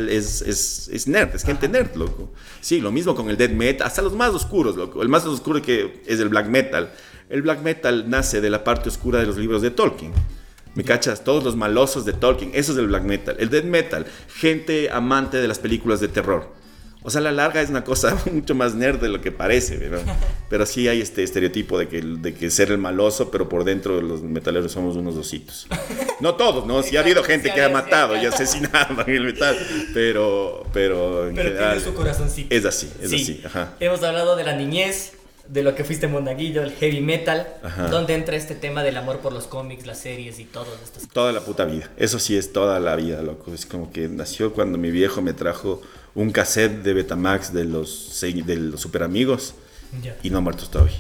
nerd, es gente nerd, loco. Sí, lo mismo con el death metal, hasta los más oscuros, loco. El más oscuro que es el black metal. El black metal nace de la parte oscura de los libros de Tolkien. ¿Me cachas? Todos los malosos de Tolkien, eso es el black metal. El death metal, gente amante de las películas de terror. O sea, a la larga es una cosa mucho más nerd de lo que parece, pero sí hay este estereotipo de que ser el maloso, pero por dentro los metaleros somos unos ositos. No todos, ¿no? Sí ha habido gente que ha matado y asesinado en el metal, pero en general, tiene su corazoncito. Es así, ajá. Hemos hablado de la niñez, de lo que fuiste monaguillo, el heavy metal, ajá. Donde entra este tema del amor por los cómics, las series y todo estas cosas. Toda la puta vida, eso sí es toda la vida, loco. Es como que nació cuando mi viejo me trajo un cassette de Betamax de los Super Amigos y no ha muerto todavía.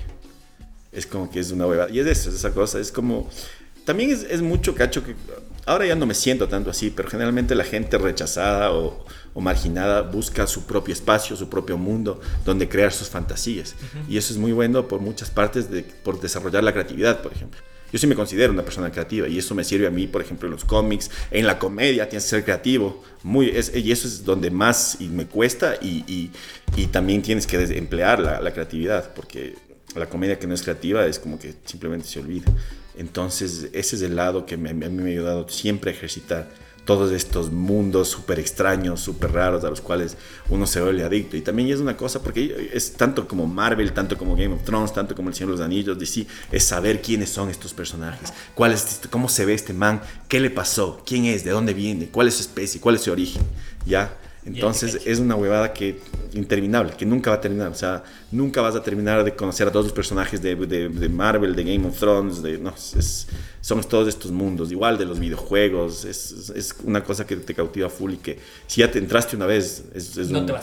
Es como que es una huevada. Y es eso, es esa cosa. Es como... También es mucho cacho que... Ahora ya no me siento tanto así, pero generalmente la gente rechazada o marginada busca su propio espacio, su propio mundo, donde crear sus fantasías. Uh-huh. Y eso es muy bueno por muchas partes, por desarrollar la creatividad, por ejemplo. Yo sí me considero una persona creativa y eso me sirve a mí, por ejemplo, en los cómics, en la comedia, tienes que ser creativo. Y eso es donde más me cuesta y también tienes que emplear la creatividad, porque la comedia que no es creativa es como que simplemente se olvida. Entonces, ese es el lado que a mí me ha ayudado siempre a ejercitar todos estos mundos súper extraños, súper raros, a los cuales uno se vuelve adicto. Y también es una cosa, porque es tanto como Marvel, tanto como Game of Thrones, tanto como El Señor de los Anillos, DC, es saber quiénes son estos personajes, cómo se ve este man, qué le pasó, quién es, de dónde viene, cuál es su especie, cuál es su origen, ¿ya? Entonces es una huevada que interminable, que nunca va a terminar. O sea, nunca vas a terminar de conocer a todos los personajes de Marvel, de Game of Thrones, son todos estos mundos, igual de los videojuegos. Es una cosa que te cautiva full y que si ya te entraste una vez, es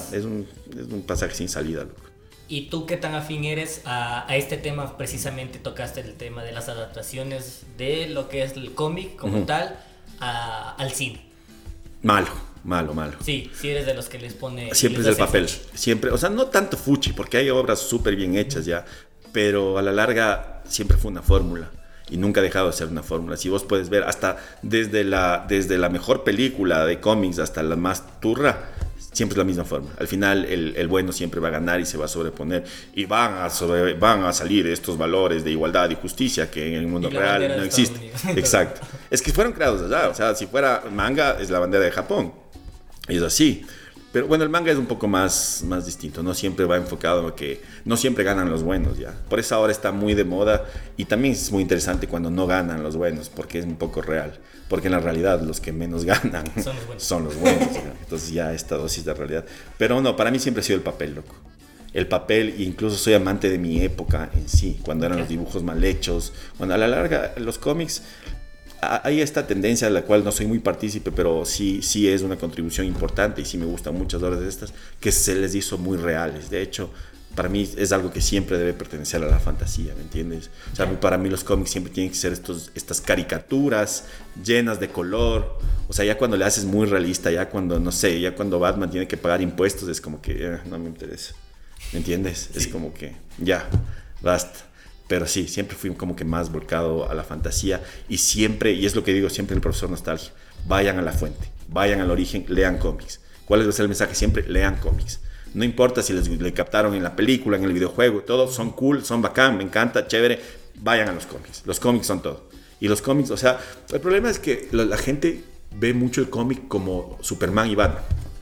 un pasaje sin salida, loco. ¿Y tú qué tan afín eres a este tema? Precisamente tocaste el tema de las adaptaciones de lo que es el cómic como uh-huh. tal al cine. Malo. Sí eres de los que les pone... Siempre es el papel, siempre, o sea, no tanto fuchi, porque hay obras súper bien hechas ya, pero a la larga siempre fue una fórmula y nunca ha dejado de ser una fórmula. Si vos puedes ver, hasta desde la mejor película de cómics hasta la más turra, siempre es la misma forma. Al final el bueno siempre va a ganar y se va a sobreponer y van a salir estos valores de igualdad y justicia que en el mundo real no existen. Exacto. Es que fueron creados allá, o sea, si fuera manga es la bandera de Japón. Y es así. Pero bueno, el manga es un poco más distinto. No siempre va enfocado en que no siempre ganan los buenos, ya. Por eso ahora está muy de moda y también es muy interesante cuando no ganan los buenos, porque es un poco real. Porque en la realidad los que menos ganan son los buenos. ¿Ya? Entonces ya esta dosis de realidad. Pero no, para mí siempre ha sido el papel, loco. El papel, e incluso soy amante de mi época en sí, cuando eran los dibujos mal hechos. Cuando a la larga los cómics... Hay esta tendencia de la cual no soy muy partícipe, pero sí es una contribución importante y sí me gustan muchas obras de estas que se les hizo muy reales. De hecho, para mí es algo que siempre debe pertenecer a la fantasía, ¿me entiendes? O sea, para mí los cómics siempre tienen que ser estas caricaturas llenas de color. O sea, ya cuando le haces muy realista, ya cuando Batman tiene que pagar impuestos, es como que no me interesa, ¿me entiendes? Sí. Es como que ya, basta. Pero sí, siempre fui como que más volcado a la fantasía y siempre, y es lo que digo siempre en el profesor Nostalgia, vayan a la fuente, vayan al origen, lean cómics. ¿Cuál es el mensaje? Siempre lean cómics. No importa si le captaron en la película, en el videojuego, todos son cool, son bacán, me encanta, chévere, vayan a los cómics son todo. Y los cómics, o sea, el problema es que la gente ve mucho el cómic como Superman y Batman.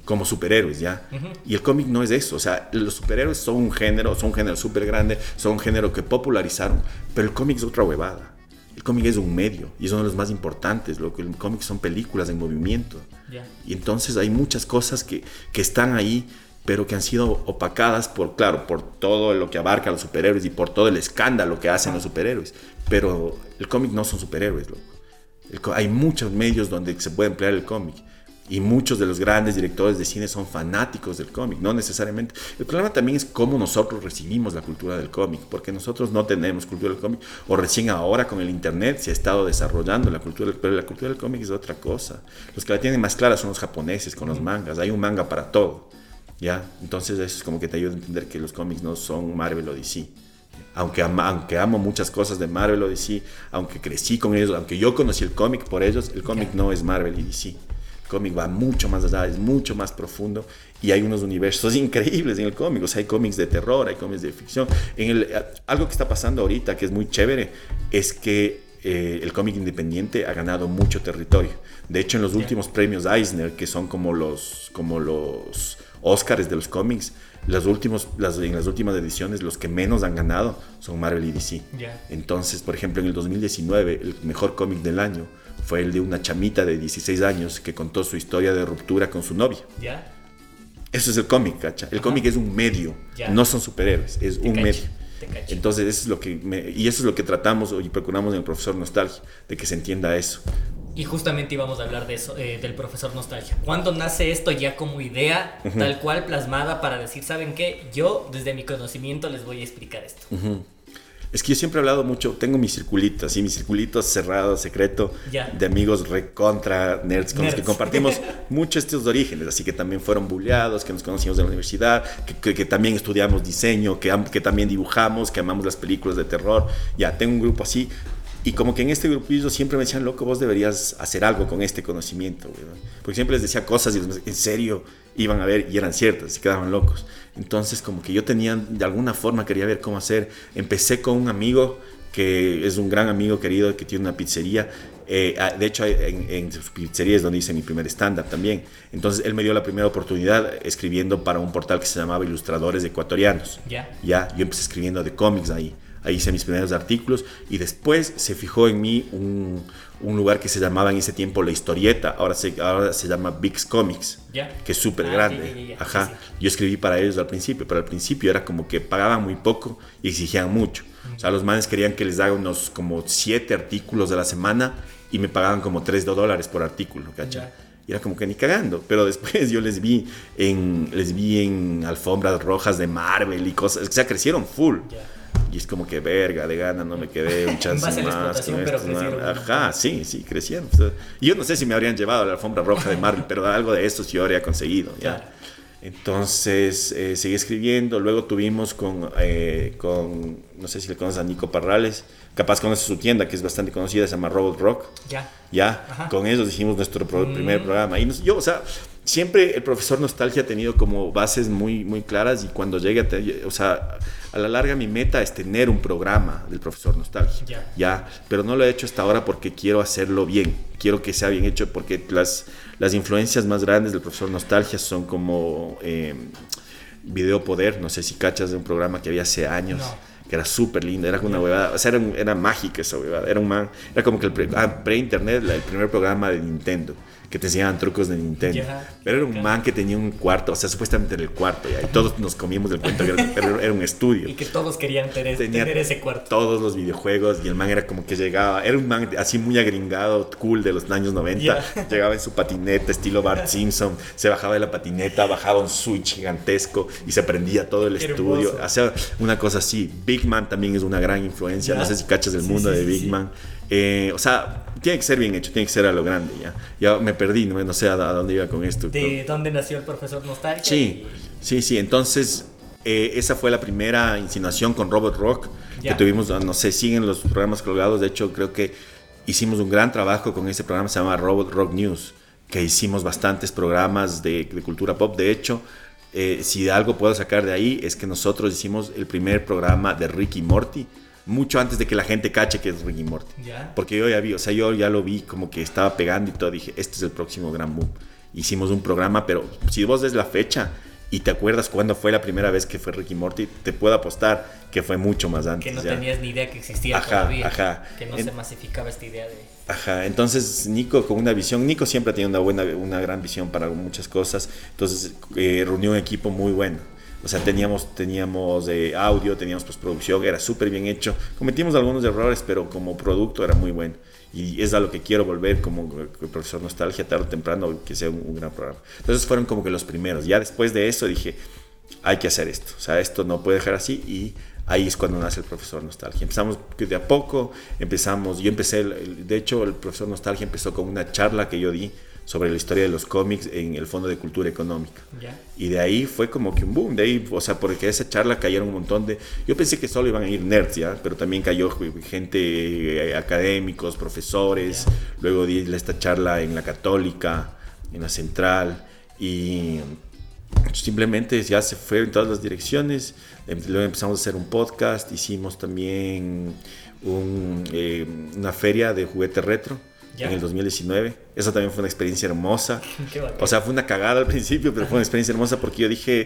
como superhéroes, ¿ya? Y el cómic no es eso, o sea, los superhéroes son un género súper grande, son un género que popularizaron, pero el cómic es otra huevada. El cómic es un medio y es uno de los más importantes. Lo que el cómic son películas en movimiento. Yeah. Y entonces hay muchas cosas que están ahí, pero que han sido opacadas por todo lo que abarca a los superhéroes y por todo el escándalo que hacen los superhéroes. Pero el cómic no son superhéroes, loco. Hay muchos medios donde se puede emplear el cómic. Y muchos de los grandes directores de cine son fanáticos del cómic, no necesariamente. El problema también es cómo nosotros recibimos la cultura del cómic, porque nosotros no tenemos cultura del cómic, o recién ahora con el internet se ha estado desarrollando la cultura, pero la cultura del cómic es otra cosa. Los que la tienen más clara son los japoneses con los mangas, hay un manga para todo, ¿ya? Entonces eso es como que te ayuda a entender que los cómics no son Marvel o DC. Aunque amo muchas cosas de Marvel o DC, aunque crecí con ellos, aunque yo conocí el cómic por ellos, el cómic no es Marvel y DC. El cómic va mucho más allá, es mucho más profundo y hay unos universos increíbles en el cómic. O sea, hay cómics de terror, hay cómics de ficción. Algo que está pasando ahorita que es muy chévere es que el cómic independiente ha ganado mucho territorio. De hecho, en los últimos premios Eisner, que son como los Oscars de los cómics, en las últimas ediciones los que menos han ganado son Marvel y DC. Entonces, por ejemplo, en el 2019 el mejor cómic del año fue el de una chamita de 16 años que contó su historia de ruptura con su novia. Eso es el cómic, ¿cacha? El cómic es un medio, no son superhéroes, es un medio. Entonces eso es lo que eso es lo que tratamos y procuramos en el Profesor Nostalgia, de que se entienda eso. Y justamente íbamos a hablar de eso, del Profesor Nostalgia. ¿Cuándo nace esto ya como idea, tal cual plasmada para decir, ¿saben qué? Yo desde mi conocimiento les voy a explicar esto. Es que yo siempre he hablado mucho, tengo mi circulito cerrado, secreto, de amigos recontra nerds con los que compartimos mucho estos orígenes, así que también fueron bulleados, que nos conocimos en la universidad, que también estudiamos diseño, que también dibujamos, que amamos las películas de terror. Tengo un grupo así. Y como que en este grupillo siempre me decían, loco, vos deberías hacer algo con este conocimiento, güey. Porque siempre les decía cosas y en serio iban a ver y eran ciertas, se quedaban locos. Entonces como que yo tenía, de alguna forma quería ver cómo hacer. Empecé con un amigo que es un gran amigo querido que tiene una pizzería. De hecho, en su pizzería es donde hice mi primer stand-up también. Entonces él me dio la primera oportunidad escribiendo para un portal que se llamaba Ilustradores Ecuatorianos. Yo empecé escribiendo de cómics ahí. Ahí hice mis primeros artículos y después se fijó en mí un lugar que se llamaba en ese tiempo La Historieta, ahora se llama Vix Comics, que es súper grande. Sí. Yo escribí para ellos al principio, pero al principio era como que pagaban muy poco y exigían mucho. O sea, los manes querían que les haga unos como 7 artículos a la semana y me pagaban como $3 por artículo, ¿cachai? Y era como que ni cagando, pero después yo les vi en alfombras rojas de Marvel y cosas, o sea, crecieron full. Y es como que verga, de gana, no me quedé un chance más. Pero crecieron. Sí, crecieron. O sea, y yo no sé si me habrían llevado a la alfombra roja de Marvel, pero algo de eso sí yo habría conseguido. Entonces seguí escribiendo. Luego tuvimos con no sé si le conoces a Nico Parrales, capaz conoces su tienda que es bastante conocida, se llama Robot Rock. Con ellos hicimos nuestro primer programa. Y yo, o sea, siempre el Profesor Nostalgia ha tenido como bases muy, muy claras y cuando llegue a la larga mi meta es tener un programa del Profesor Nostalgia. Pero no lo he hecho hasta ahora porque quiero hacerlo bien. Quiero que sea bien hecho porque las influencias más grandes del Profesor Nostalgia son como Video Poder, no sé si cachas de un programa que había hace años. Que era súper lindo, era una huevada, o sea, era mágica esa huevada, era como que el pre-internet, el primer programa de Nintendo, que te enseñaban trucos de Nintendo, pero era un man que tenía un cuarto, o sea, supuestamente en el cuarto, y todos nos comíamos del cuento, pero era un estudio. Y que todos querían tener ese cuarto. Todos los videojuegos, y el man era como que llegaba, era un man así muy agringado, cool de los años 90, llegaba en su patineta, estilo Bart Simpson, se bajaba de la patineta, bajaba un switch gigantesco, y se prendía todo el estudio, o sea, una cosa así. Big Man también es una gran influencia, no sé si cachas el mundo de Big Man. O sea, tiene que ser bien hecho, tiene que ser a lo grande. Ya me perdí, no sé a dónde iba con esto. ¿De dónde nació el Profesor Nostalgia? Sí. Entonces, esa fue la primera insinuación con Robot Rock que tuvimos. No sé, siguen los programas colgados. De hecho, creo que hicimos un gran trabajo con ese programa, se llama Robot Rock News, que hicimos bastantes programas de cultura pop. De hecho, si algo puedo sacar de ahí es que nosotros hicimos el primer programa de Rick y Morty mucho antes de que la gente cache que es Rick y Morty. Porque yo ya vi, o sea, yo ya lo vi como que estaba pegando y todo, dije, este es el próximo gran boom. hicimos un programa, pero si vos ves la fecha y te acuerdas cuándo fue la primera vez que fue Ricky Morty, te puedo apostar que fue mucho más antes. Que no ya. tenías ni idea que existía todavía. Que no se masificaba esta idea de... Ajá, entonces Nico con una visión, Nico siempre ha tenido una gran visión para muchas cosas, entonces reunió un equipo muy bueno. O sea, teníamos audio, teníamos postproducción, era súper bien hecho. Cometimos algunos errores, pero como producto era muy bueno. Y es a lo que quiero volver como el profesor Nostalgia, tarde o temprano, que sea un gran programa. Entonces fueron como que los primeros. Ya después de eso dije, hay que hacer esto. O sea, esto no puede dejar así. Y ahí es cuando nace el profesor Nostalgia. Empezamos de a poco, yo empecé, de hecho el profesor Nostalgia empezó con una charla que yo di sobre la historia de los cómics en el Fondo de Cultura Económica. Yeah. Y de ahí fue como que un boom, de ahí, o sea, porque esa charla cayeron un montón de... Yo pensé que solo iban a ir nerds, ¿ya? Pero también cayó gente, académicos, profesores, yeah. Luego di esta charla en la Católica, en la Central, y simplemente ya se fue en todas las direcciones. Luego empezamos a hacer un podcast, hicimos también una feria de juguete retro. Ya. En el 2019, eso también fue una experiencia hermosa. O sea, fue una cagada al principio, pero fue una experiencia hermosa porque yo dije,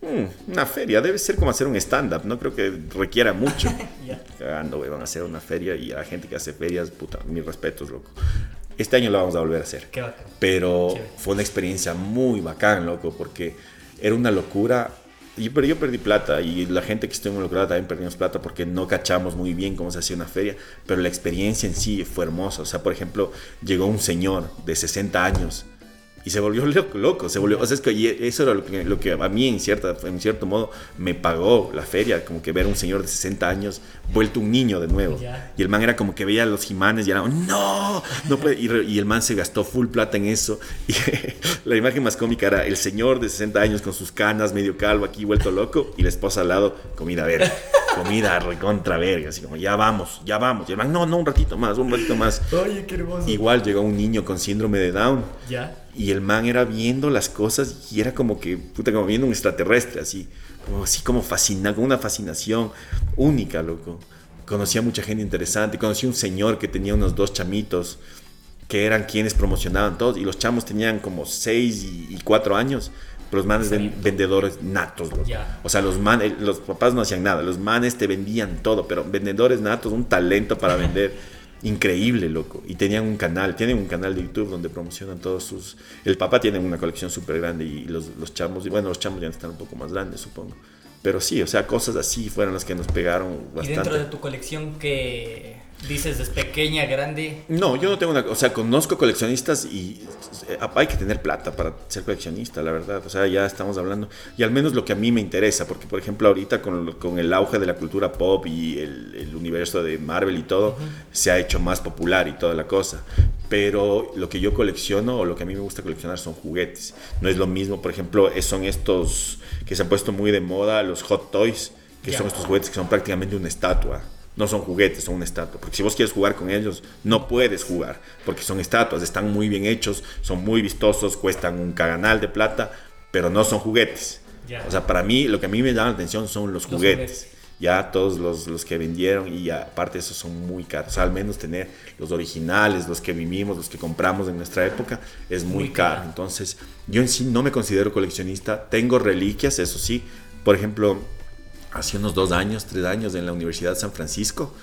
una feria debe ser como hacer un stand-up, no creo que requiera mucho. Yeah. Cagando, güey, van a hacer una feria y a la gente que hace ferias, puta, mis respetos, loco. Este año lo vamos a volver a hacer. Qué bacán. Pero fue una experiencia muy bacán, loco, porque era una locura. Pero yo perdí plata y la gente que estuvo involucrada también perdimos plata porque no cachamos muy bien cómo se hacía una feria, pero la experiencia en sí fue hermosa. O sea, por ejemplo, llegó un señor de 60 años y se volvió loco, se volvió, o sea, es que eso era lo que a mí en cierto modo me pagó la feria, como que ver a un señor de 60 años vuelto un niño de nuevo. Yeah. Y el man era como que veía a los Jimanes y era, no puede, y el man se gastó full plata en eso. Y la imagen más cómica era el señor de 60 años con sus canas, medio calvo aquí, vuelto loco, y la esposa al lado, comida verga, comida recontra verga, así como, ya vamos. Y el man, no, un ratito más. Oye, qué hermoso. Igual llegó un niño con síndrome de Down. Ya. Y el man era viendo las cosas y era como que, como viendo un extraterrestre, así como fascinado, con una fascinación única, loco. Conocí a mucha gente interesante, conocí a un señor que tenía unos 2 chamitos que eran quienes promocionaban todos, y los chamos tenían como 6 y 4 años, pero los manes vendedores natos, loco. Yeah. O sea, los papás no hacían nada, los manes te vendían todo, pero vendedores natos, un talento para vender. Increíble, loco. Y tienen un canal de YouTube donde promocionan todos sus... El papá tiene una colección súper grande y los chamos, los chamos ya están un poco más grandes, supongo. Pero sí, o sea, cosas así fueron las que nos pegaron bastante. ¿Y dentro de tu colección qué dices, es pequeña, grande? No, yo no tengo o sea, conozco coleccionistas y hay que tener plata para ser coleccionista, la verdad. O sea, ya estamos hablando, y al menos lo que a mí me interesa, porque por ejemplo ahorita con el auge de la cultura pop y el universo de Marvel y todo, se ha hecho más popular y toda la cosa. Pero lo que yo colecciono o lo que a mí me gusta coleccionar son juguetes. No es lo mismo, por ejemplo, son estos que se han puesto muy de moda, los Hot Toys, que son estos juguetes que son prácticamente una estatua. No son juguetes, son una estatua. Porque si vos quieres jugar con ellos, no puedes jugar. Porque son estatuas, están muy bien hechos, son muy vistosos, cuestan un caganal de plata, pero no son juguetes. O sea, para mí, lo que a mí me llama la atención son los juguetes. Ya todos los que vendieron, y aparte esos son muy caros. O sea, al menos tener los originales, los que vivimos, los que compramos en nuestra época, es muy caro. Entonces, yo en sí no me considero coleccionista. Tengo reliquias, eso sí. Por ejemplo, hace unos 3 años, en la Universidad de San Francisco,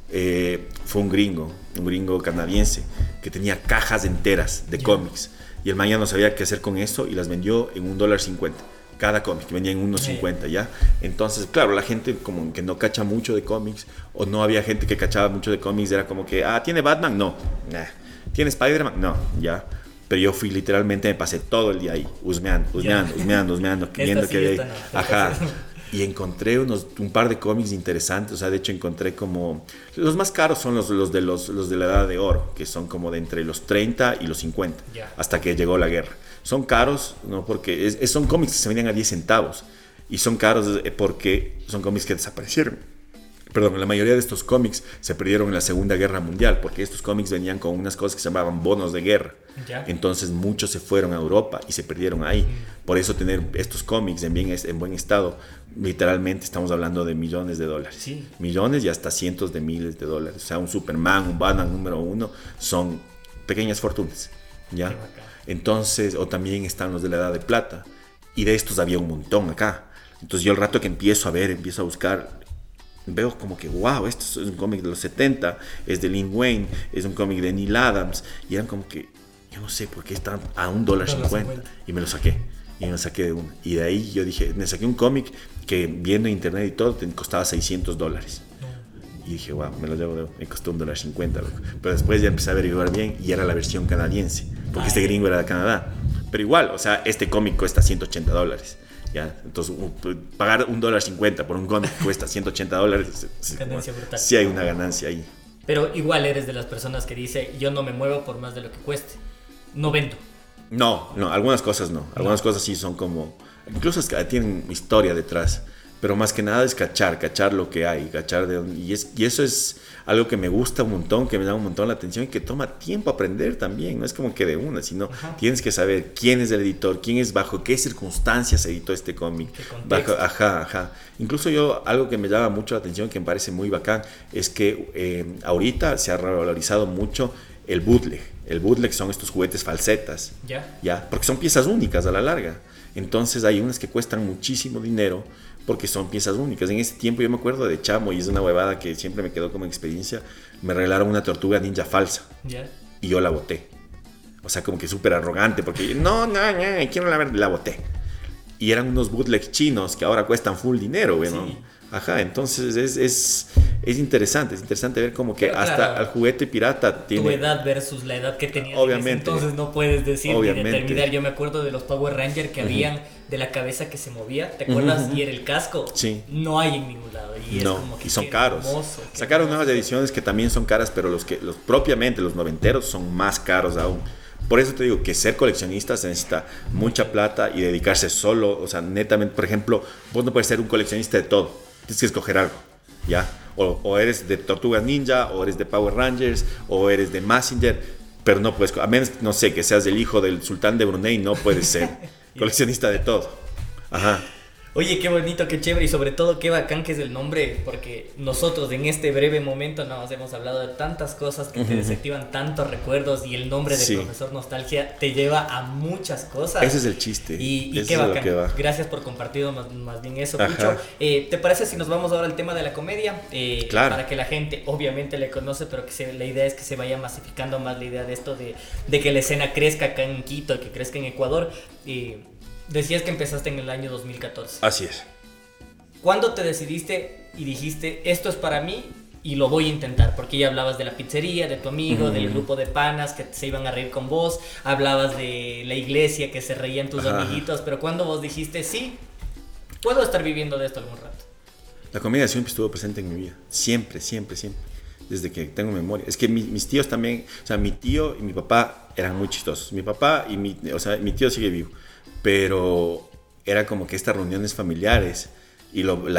fue un gringo canadiense, que tenía cajas enteras de cómics. Y el man ya no sabía qué hacer con eso y las vendió en $1.50. Cada cómic, que vendía en 1.50, ¿ya? Entonces, claro, la gente como que no cacha mucho de cómics, o no había gente que cachaba mucho de cómics, era como que, ¿tiene Batman? No. ¿Tiene Spider-Man? No, ya. Pero yo literalmente me pasé todo el día ahí, husmeando, viendo que de ahí. Ajá. Y encontré un par de cómics interesantes. O sea, de hecho encontré como... Los más caros son los de la Edad de Oro, que son como de entre los 30 y los 50, hasta que llegó la guerra. Son caros, ¿no? Porque son cómics que se vendían a 10 centavos. Y son caros porque son cómics que desaparecieron. Perdón, la mayoría de estos cómics se perdieron en la Segunda Guerra Mundial, porque estos cómics venían con unas cosas que se llamaban bonos de guerra. Entonces muchos se fueron a Europa y se perdieron ahí. Por eso tener estos cómics en buen estado, literalmente estamos hablando de millones de dólares. Sí. Millones y hasta cientos de miles de dólares. O sea, un Superman, un Batman número 1 son pequeñas fortunas. ¿ya? Qué bacán. Entonces, o también están los de la Edad de Plata. Y de estos había un montón acá. Entonces yo el rato que empiezo a ver, empiezo a buscar, veo como que, wow, esto es un cómic de los 70, es de Lin Wayne, es un cómic de Neil Adams. Y eran como que, yo no sé por qué están a $1.50. Y me lo saqué. Y me lo saqué de una. Y de ahí yo dije, me saqué un cómic que viendo internet y todo, te costaba $600. Y dije, wow, me lo llevo, me costó $1.50, loco. Pero después ya empecé a averiguar bien y era la versión canadiense, porque este gringo era de Canadá. Pero igual, o sea, este cómic cuesta $180. ¿Ya? Entonces, pagar $1.50 por un cómic que cuesta $180, Ganancia brutal. Sí hay una ganancia ahí. Pero igual eres de las personas que dice, yo no me muevo por más de lo que cueste. No vendo. No, algunas cosas no. Algunas cosas sí son como, incluso es que tienen historia detrás. Pero más que nada es cachar lo que hay, cachar de dónde, y eso es algo que me gusta un montón, que me llama un montón la atención y que toma tiempo aprender también, no es como que de una, sino tienes que saber quién es el editor, quién es, bajo qué circunstancias editó este cómic. Incluso yo, algo que me llama mucho la atención, que me parece muy bacán, es que ahorita se ha revalorizado mucho el bootleg. El bootleg son estos juguetes falsetas, ¿ya? Porque son piezas únicas a la larga. Entonces hay unas que cuestan muchísimo dinero porque son piezas únicas. En ese tiempo yo me acuerdo de chamo, y es una huevada que siempre me quedó como experiencia, me regalaron una tortuga ninja falsa y yo la boté. O sea, como que súper arrogante, porque no, quiero la boté. Y eran unos bootlegs chinos que ahora cuestan full dinero, güey, ¿no? Sí. Ajá, entonces es interesante ver como que hasta claro, al juguete pirata tiene... Tu edad versus la edad que tenías. Obviamente. Entonces no puedes decir ni determinar. Yo me acuerdo de los Power Rangers que habían de la cabeza que se movía, ¿te acuerdas? Y era el casco. Sí. No hay en ningún lado. Y es como que y son caros. Hermoso, sacaron nuevas ediciones que también son caras, pero los propiamente los noventeros son más caros aún. Por eso te digo que ser coleccionista se necesita mucha plata y dedicarse solo, o sea, netamente, por ejemplo, vos no puedes ser un coleccionista de todo, tienes que escoger algo, ¿ya? O eres de Tortugas Ninja, o eres de Power Rangers, o eres de Mazinger, pero no puedes, a menos, no sé, que seas el hijo del sultán de Brunei, no puedes ser coleccionista de todo. Ajá. Oye, qué bonito, qué chévere y sobre todo qué bacán que es el nombre, porque nosotros en este breve momento nos hemos hablado de tantas cosas que te desactivan tantos recuerdos y el nombre de Profesor Nostalgia te lleva a muchas cosas. Ese es el chiste. Y qué bacán. Gracias por compartir más bien eso, Pucho. ¿Te parece si nos vamos ahora al tema de la comedia? Claro. Para que la gente obviamente le conoce, pero que la idea es que se vaya masificando más la idea de esto de que la escena crezca acá en Quito, que crezca en Ecuador. Decías que empezaste en el año 2014. Así es. ¿Cuándo te decidiste y dijiste, esto es para mí y lo voy a intentar? Porque ya hablabas de la pizzería, de tu amigo, del grupo de panas que se iban a reír con vos, hablabas de la iglesia que se reían tus amiguitos, pero ¿cuándo vos dijiste, sí, puedo estar viviendo de esto algún rato? La comedia siempre estuvo presente en mi vida, siempre, desde que tengo memoria. Es que mis tíos también, o sea, mi tío y mi papá eran muy chistosos. Mi papá y mi tío sigue vivo. Pero era como que estas reuniones familiares y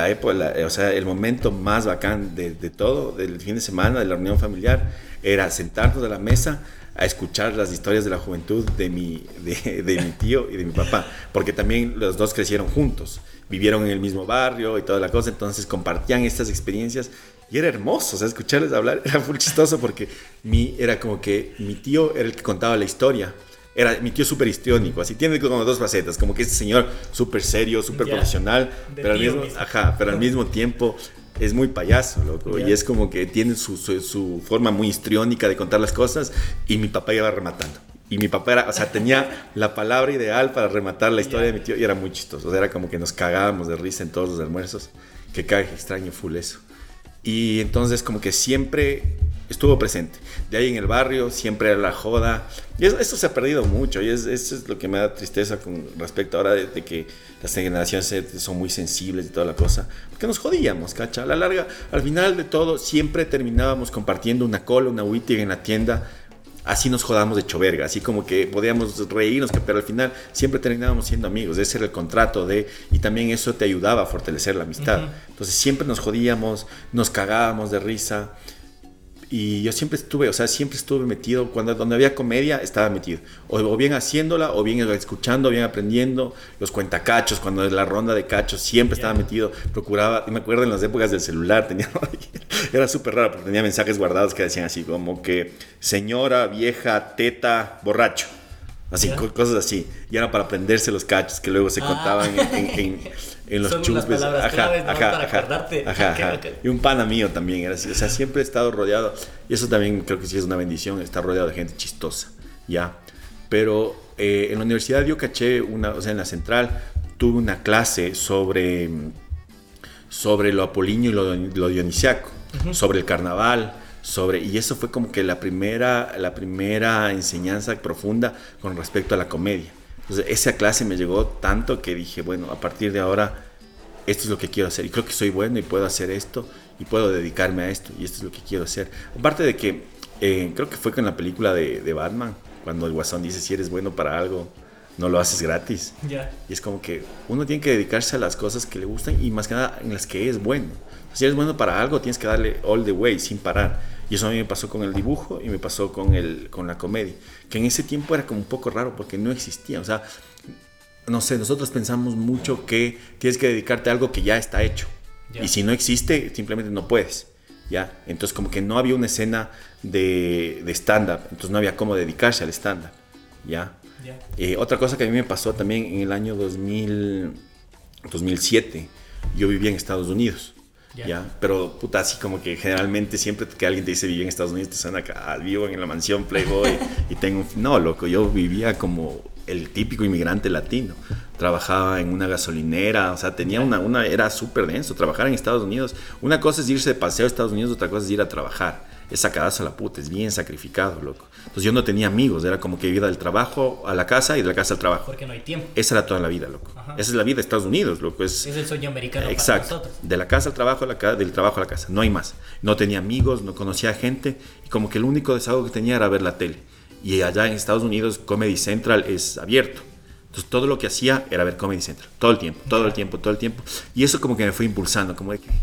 el momento más bacán de todo, del fin de semana, de la reunión familiar, era sentarnos a la mesa a escuchar las historias de la juventud de mi tío y de mi papá, porque también los dos crecieron juntos, vivieron en el mismo barrio y toda la cosa, entonces compartían estas experiencias y era hermoso, o sea, escucharles hablar era muy chistoso porque era como que mi tío era el que contaba la historia. Era mi tío súper histriónico, así tiene como dos facetas, como que este señor súper serio, súper profesional, pero al mismo tiempo es muy payaso, loco, y es como que tiene su forma muy histriónica de contar las cosas, y mi papá iba rematando. Y mi papá tenía la palabra ideal para rematar la historia de mi tío, y era muy chistoso, o sea, era como que nos cagábamos de risa en todos los almuerzos, que extraño full eso. Y entonces como que siempre estuvo presente. De ahí en el barrio siempre era la joda. Y eso se ha perdido mucho. Y eso es lo que me da tristeza con respecto ahora de que las generaciones son muy sensibles y toda la cosa. Porque nos jodíamos, ¿cacha? A la larga, al final de todo, siempre terminábamos compartiendo una cola, una Wittig en la tienda. Así nos jodamos de hecho verga. Así como que podíamos reírnos, pero al final siempre terminábamos siendo amigos. Ese era el contrato y también eso te ayudaba a fortalecer la amistad. Entonces siempre nos jodíamos, nos cagábamos de risa. Y yo siempre estuve metido, donde había comedia estaba metido, o bien haciéndola, o bien escuchando, o bien aprendiendo, los cuentacachos, cuando la ronda de cachos siempre estaba metido, procuraba, me acuerdo en las épocas del celular, era súper raro, porque tenía mensajes guardados que decían así, como que señora, vieja, teta, borracho, Así, ¿Ya? cosas así. Y era para aprenderse los cachos que luego se contaban en los Son unas chupes. palabras claves, ¿no? Para acordarte. Ajá. Ok. Y un pana mío también era así. O sea, siempre he estado rodeado. Y eso también creo que sí es una bendición, estar rodeado de gente chistosa. Ya. Pero en la universidad yo caché o sea, en la central tuve una clase sobre lo apolíneo y lo dionisiaco, sobre el carnaval, y eso fue como que la primera enseñanza profunda con respecto a la comedia. Entonces esa clase me llegó tanto que dije, bueno, a partir de ahora esto es lo que quiero hacer y creo que soy bueno y puedo hacer esto y puedo dedicarme a esto y esto es lo que quiero hacer. Aparte de que creo que fue con la película de Batman, cuando el Guasón dice, si eres bueno para algo, no lo haces gratis. Ya. Y es como que uno tiene que dedicarse a las cosas que le gustan y más que nada en las que es bueno. Si eres bueno para algo, tienes que darle all the way, sin parar. Y eso a mí me pasó con el dibujo y me pasó con la comedia. Que en ese tiempo era como un poco raro porque no existía. O sea, no sé, nosotros pensamos mucho que tienes que dedicarte a algo que ya está hecho. Ya. Y si no existe, simplemente no puedes. ¿Ya? Entonces como que no había una escena de stand-up. Entonces no había cómo dedicarse al stand-up. ¿Ya? Ya. Otra cosa que a mí me pasó también en el año 2007, yo vivía en Estados Unidos, ¿ya? Pero puta, así como que generalmente siempre que alguien te dice viví en Estados Unidos te suena acá, vivo en la mansión Playboy y tengo no, loco, yo vivía como el típico inmigrante latino, trabajaba en una gasolinera, o sea, tenía era súper denso, trabajar en Estados Unidos, una cosa es irse de paseo a Estados Unidos, otra cosa es ir a trabajar. Es sacadazo a la puta, es bien sacrificado, loco. Entonces yo no tenía amigos, era como que vivía del trabajo a la casa y de la casa al trabajo. Porque no hay tiempo. Esa era toda la vida, loco. Ajá. Esa es la vida de Estados Unidos, loco. Es el sueño americano exacto, para nosotros. De la casa al trabajo, del trabajo a la casa, no hay más. No tenía amigos, no conocía gente y como que el único desahogo que tenía era ver la tele. Y allá en Estados Unidos Comedy Central es abierto. Entonces todo lo que hacía era ver Comedy Central, todo el tiempo. Y eso como que me fue impulsando, como de que...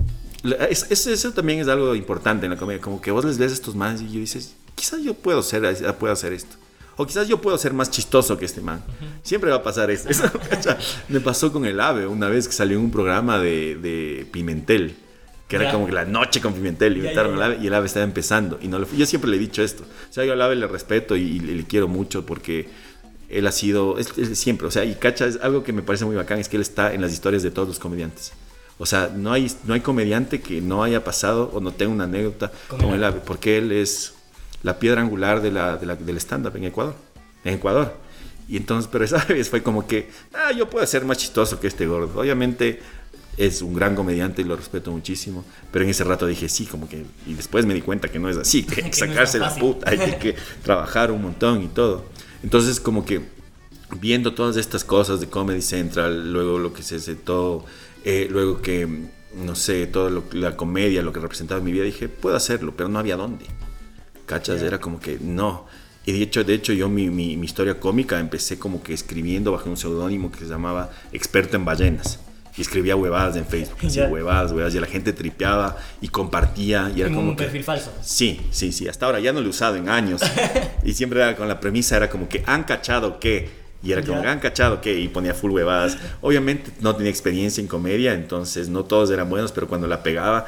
Eso también es algo importante en la comedia, como que vos les ves a estos manes y dices, quizás yo puedo hacer esto, o quizás yo puedo ser más chistoso que este man. Siempre va a pasar esto. Eso, me pasó con el AVE una vez que salió en un programa de Pimentel, que era como que la noche con Pimentel, invitaron al AVE y el AVE estaba empezando y yo siempre le he dicho esto, o sea, yo al AVE le respeto y le quiero mucho porque él ha sido, él siempre, o sea, y cacha, es algo que me parece muy bacán, es que él está en las historias de todos los comediantes. O sea, no hay comediante que no haya pasado o no tenga una anécdota con el AVE, porque él es la piedra angular del stand-up en Ecuador. Y entonces, pero esa vez fue como que, yo puedo ser más chistoso que este gordo. Obviamente es un gran comediante y lo respeto muchísimo, pero en ese rato dije sí, como que, y después me di cuenta que no es así, que hay que sacarse la puta, hay que trabajar un montón y todo. Entonces, como que viendo todas estas cosas de Comedy Central, luego lo que se sentó... luego que, no sé, toda la comedia, lo que representaba en mi vida, dije, puedo hacerlo, pero no había dónde. ¿Cachas? Era como que no. Y de hecho yo mi historia cómica empecé como que escribiendo bajo un seudónimo que se llamaba Experto en Ballenas. Y escribía huevadas en Facebook, así, huevadas, y la gente tripeaba y compartía. Y era como un perfil falso. Sí, hasta ahora ya no lo he usado en años. Y siempre era con la premisa, era como que han cachado que... Y era como, ¿han cachado qué? Y ponía full huevadas. Obviamente no tenía experiencia en comedia, entonces no todos eran buenos, pero cuando la pegaba.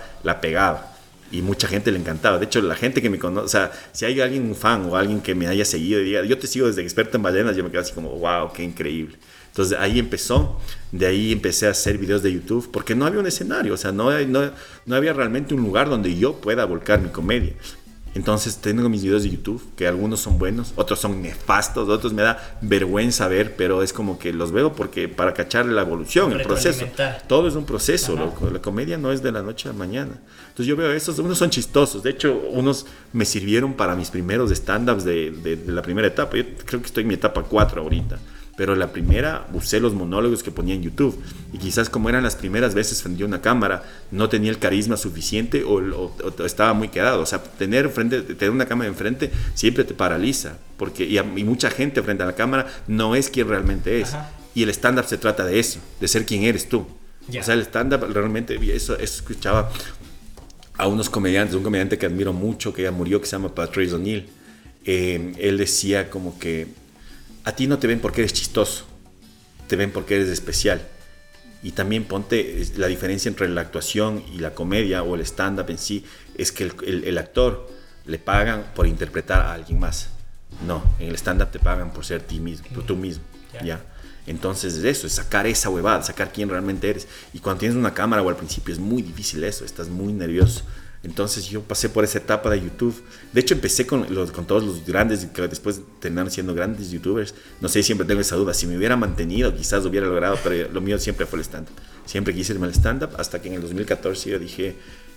Y mucha gente le encantaba. De hecho, la gente que me conoce, o sea, si hay alguien, un fan o alguien que me haya seguido y diga, yo te sigo desde Experto en Ballenas, yo me quedo así como, wow, qué increíble. Entonces ahí empezó, de ahí empecé a hacer videos de YouTube, porque no había un escenario, o sea, no había realmente un lugar donde yo pueda volcar mi comedia. Entonces tengo mis videos de YouTube, que algunos son buenos, otros son nefastos, otros me da vergüenza ver, pero es como que los veo porque para cacharle la evolución, el proceso. Todo es un proceso, loco. La comedia no es de la noche a la mañana. Entonces yo veo esos, unos son chistosos, de hecho unos me sirvieron para mis primeros stand-ups de la primera etapa. Yo creo que estoy en mi etapa 4 ahorita. Pero la primera usé los monólogos que ponía en YouTube y quizás como eran las primeras veces frente a una cámara no tenía el carisma suficiente o estaba muy quedado. O sea, tener una cámara enfrente siempre te paraliza porque y mucha gente frente a la cámara no es quien realmente es. Ajá. Y el stand-up se trata de eso, de ser quien eres tú. O sea, el stand-up realmente, eso escuchaba a unos comediantes, un comediante que admiro mucho que ya murió, que se llama Patrice O'Neill. Él decía como que a ti no te ven porque eres chistoso, te ven porque eres especial. Y también ponte la diferencia entre la actuación y la comedia o el stand-up en sí, es que el actor le pagan por interpretar a alguien más. No, en el stand-up te pagan por ser ti mismo, por tú mismo, ¿ya? Entonces eso, es sacar esa huevada, sacar quién realmente eres. Y cuando tienes una cámara o al principio es muy difícil eso, estás muy nervioso. Entonces yo pasé por esa etapa de YouTube. De hecho empecé con todos los grandes, que después terminaron siendo grandes youtubers. No sé, siempre tengo esa duda. Si me hubiera mantenido, quizás lo hubiera logrado, pero lo mío siempre fue el stand-up. Siempre quise irme al stand-up, hasta que en el 2014 yo dije,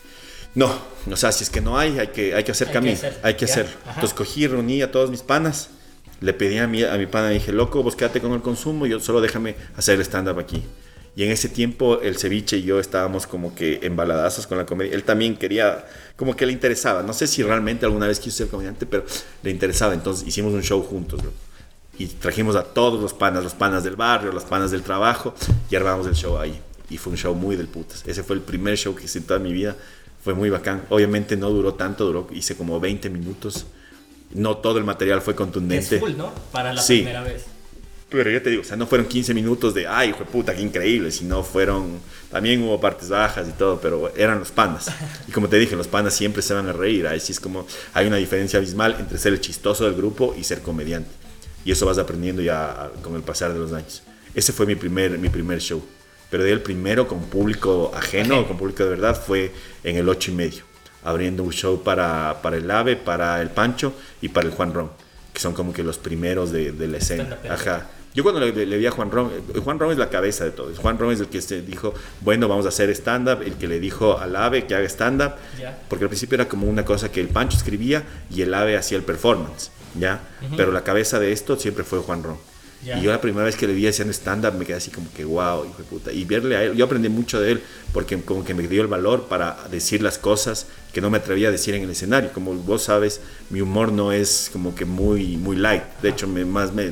no, o sea, si es que no hay que hacer camino, hay que hacerlo. Entonces cogí, reuní a todos mis panas, le pedí a mi pana, dije, loco, vos quédate con el consumo, yo solo déjame hacer el stand-up aquí. Y en ese tiempo el Ceviche y yo estábamos como que embaladazos con la comedia. Él también quería, como que le interesaba. No sé si realmente alguna vez quiso ser comediante, pero le interesaba. Entonces hicimos un show juntos, bro. Y trajimos a todos los panas del barrio, los panas del trabajo, y armamos el show ahí. Y fue un show muy del putas. Ese fue el primer show que hice en toda mi vida. Fue muy bacán. Obviamente no duró tanto, hice como 20 minutos. No todo el material fue contundente. Es full, ¿no? Para la primera vez. Pero yo te digo, o sea, no fueron 15 minutos de, ay, hijo de puta, qué increíble, sino fueron, también hubo partes bajas y todo, pero eran los panas. Y como te dije, los panas siempre se van a reír, ahí sí es como, hay una diferencia abismal entre ser el chistoso del grupo y ser comediante. Y eso vas aprendiendo ya con el pasar de los años. Ese fue mi primer show. Pero de el primero con público ajeno, con público de verdad, fue en el 8:30, abriendo un show para el Ave, para el Pancho y para el Juan Ron, que son como que los primeros de la escena. Ajá. Yo cuando le vi a Juan Ron es la cabeza de todo. Juan Ron es el que se dijo, bueno, vamos a hacer stand-up, el que le dijo al Ave que haga stand-up, porque al principio era como una cosa que el Pancho escribía y el Ave hacía el performance, ¿ya? Pero la cabeza de esto siempre fue Juan Ron. Y yo la primera vez que le vi haciendo stand-up me quedé así como que wow, hijo de puta. Y verle a él, yo aprendí mucho de él porque como que me dio el valor para decir las cosas que no me atrevía a decir en el escenario. Como vos sabes, mi humor no es como que muy light. De hecho, me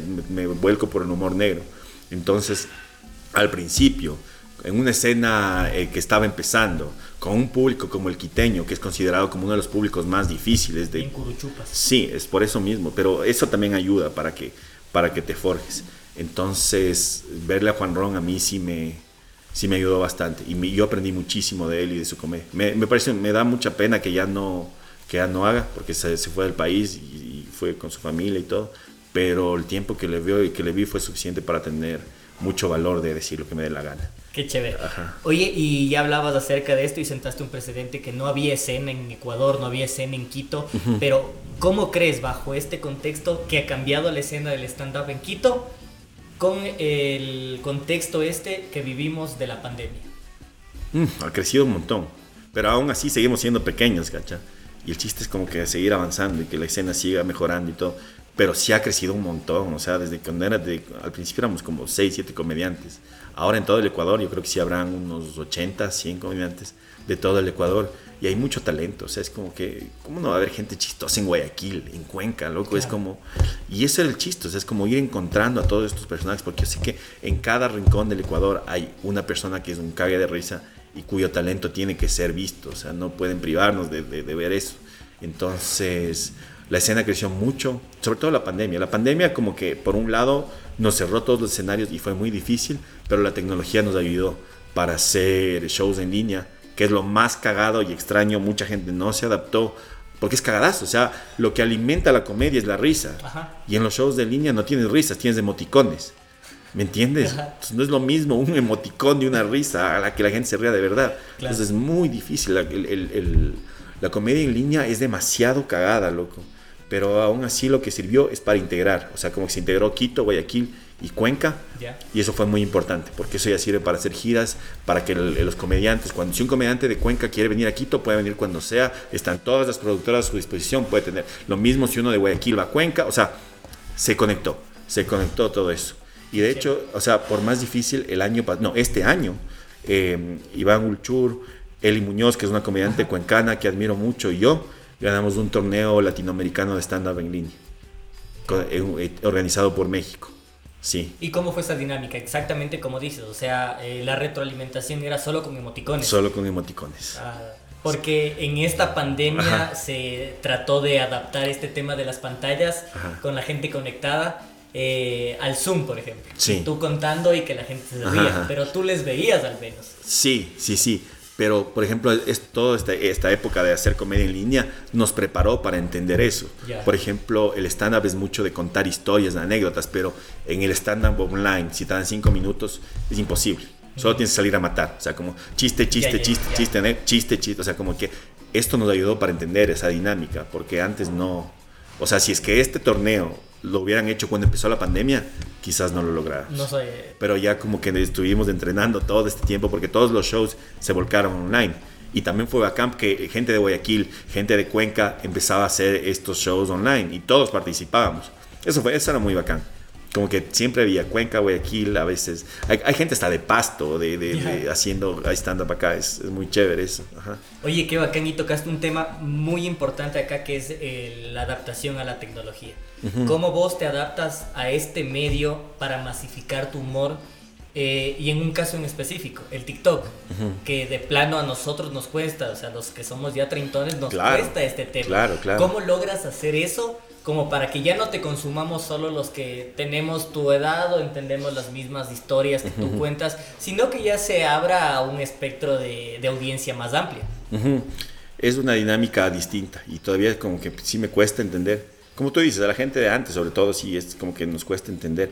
vuelco por el humor negro. Entonces, al principio, en una escena que estaba empezando, con un público como el quiteño, que es considerado como uno de los públicos más difíciles de... En Curuchupas. Sí, es por eso mismo. Pero eso también ayuda para que te forjes. Entonces, verle a Juan Ron a mí sí me ayudó bastante. Y yo aprendí muchísimo de él y de su comedia. Me da mucha pena que ya no haga, porque se fue del país y fue con su familia y todo. Pero el tiempo que le vi fue suficiente para tener mucho valor de decir lo que me dé la gana. Qué chévere. Ajá. Oye, y ya hablabas acerca de esto y sentaste un precedente que no había escena en Ecuador, no había escena en Quito, pero ¿cómo crees bajo este contexto que ha cambiado la escena del stand-up en Quito con el contexto que vivimos de la pandemia? Ha crecido un montón, pero aún así seguimos siendo pequeños, ¿cacha? Y el chiste es como que seguir avanzando y que la escena siga mejorando y todo. Pero sí ha crecido un montón, o sea, desde que al principio éramos como 6, 7 comediantes. Ahora en todo el Ecuador yo creo que sí habrán unos 80, 100 comediantes de todo el Ecuador. Y hay mucho talento, o sea, es como que, ¿cómo no va a haber gente chistosa en Guayaquil, en Cuenca, loco? Claro. Es como, y ese es el chiste, o sea, es como ir encontrando a todos estos personajes, porque yo sé que en cada rincón del Ecuador hay una persona que es un cague de risa y cuyo talento tiene que ser visto, o sea, no pueden privarnos de ver eso. Entonces, la escena creció mucho, sobre todo la pandemia. La pandemia como que, por un lado, nos cerró todos los escenarios y fue muy difícil, pero la tecnología nos ayudó para hacer shows en línea, que es lo más cagado y extraño. Mucha gente no se adaptó porque es cagadazo. O sea, lo que alimenta la comedia es la risa. Ajá. Y en los shows de línea no tienes risas, tienes emoticones. ¿Me entiendes? Entonces, no es lo mismo un emoticón de una risa a la que la gente se ría de verdad. Claro. Entonces es muy difícil. La comedia en línea es demasiado cagada, loco. Pero aún así lo que sirvió es para integrar. O sea, como que se integró Quito, Guayaquil y Cuenca. Y eso fue muy importante, porque eso ya sirve para hacer giras, para que los comediantes, si un comediante de Cuenca quiere venir a Quito, puede venir cuando sea, están todas las productoras a su disposición, puede tener. Lo mismo si uno de Guayaquil va a Cuenca, o sea, se conectó todo eso. Y de hecho, o sea, por más difícil este año, Iván Ulchur, Eli Muñoz, que es una comediante cuencana que admiro mucho, y yo ganamos un torneo latinoamericano de stand-up en línea, organizado por México. Sí. ¿Y cómo fue esa dinámica? Exactamente como dices, o sea, la retroalimentación era solo con emoticones. Solo con emoticones. Porque en esta pandemia se trató de adaptar este tema de las pantallas con la gente conectada al Zoom, por ejemplo. Sí. Tú contando y que la gente se ría, pero tú les veías al menos. Sí. Pero, por ejemplo, toda esta época de hacer comedia en línea nos preparó para entender eso. Yeah. Por ejemplo, el stand-up es mucho de contar historias, de anécdotas, pero en el stand-up online, si te dan 5 minutos, es imposible. Solo tienes que salir a matar. O sea, como chiste, chiste. O sea, como que esto nos ayudó para entender esa dinámica, porque antes no... O sea, si es que este torneo lo hubieran hecho cuando empezó la pandemia, quizás no lo lográramos. No sé. Pero ya como que estuvimos entrenando todo este tiempo porque todos los shows se volcaron online. Y también fue bacán que gente de Guayaquil, gente de Cuenca empezaba a hacer estos shows online y todos participábamos. Eso era muy bacán. Como que siempre había Cuenca, Guayaquil, a veces. Hay gente hasta de Pasto, haciendo stand-up acá. Es muy chévere eso. Ajá. Oye, qué bacán, y tocaste un tema muy importante acá, que es la adaptación a la tecnología. ¿Cómo vos te adaptas a este medio para masificar tu humor? Y en un caso en específico, el TikTok, que de plano a nosotros nos cuesta, o sea, los que somos ya treintones nos cuesta este tema. Claro. ¿Cómo logras hacer eso como para que ya no te consumamos solo los que tenemos tu edad o entendemos las mismas historias que tú cuentas, sino que ya se abra a un espectro de audiencia más amplia? Es una dinámica distinta y todavía como que sí me cuesta entender. Como tú dices, a la gente de antes, sobre todo, sí es como que nos cuesta entender.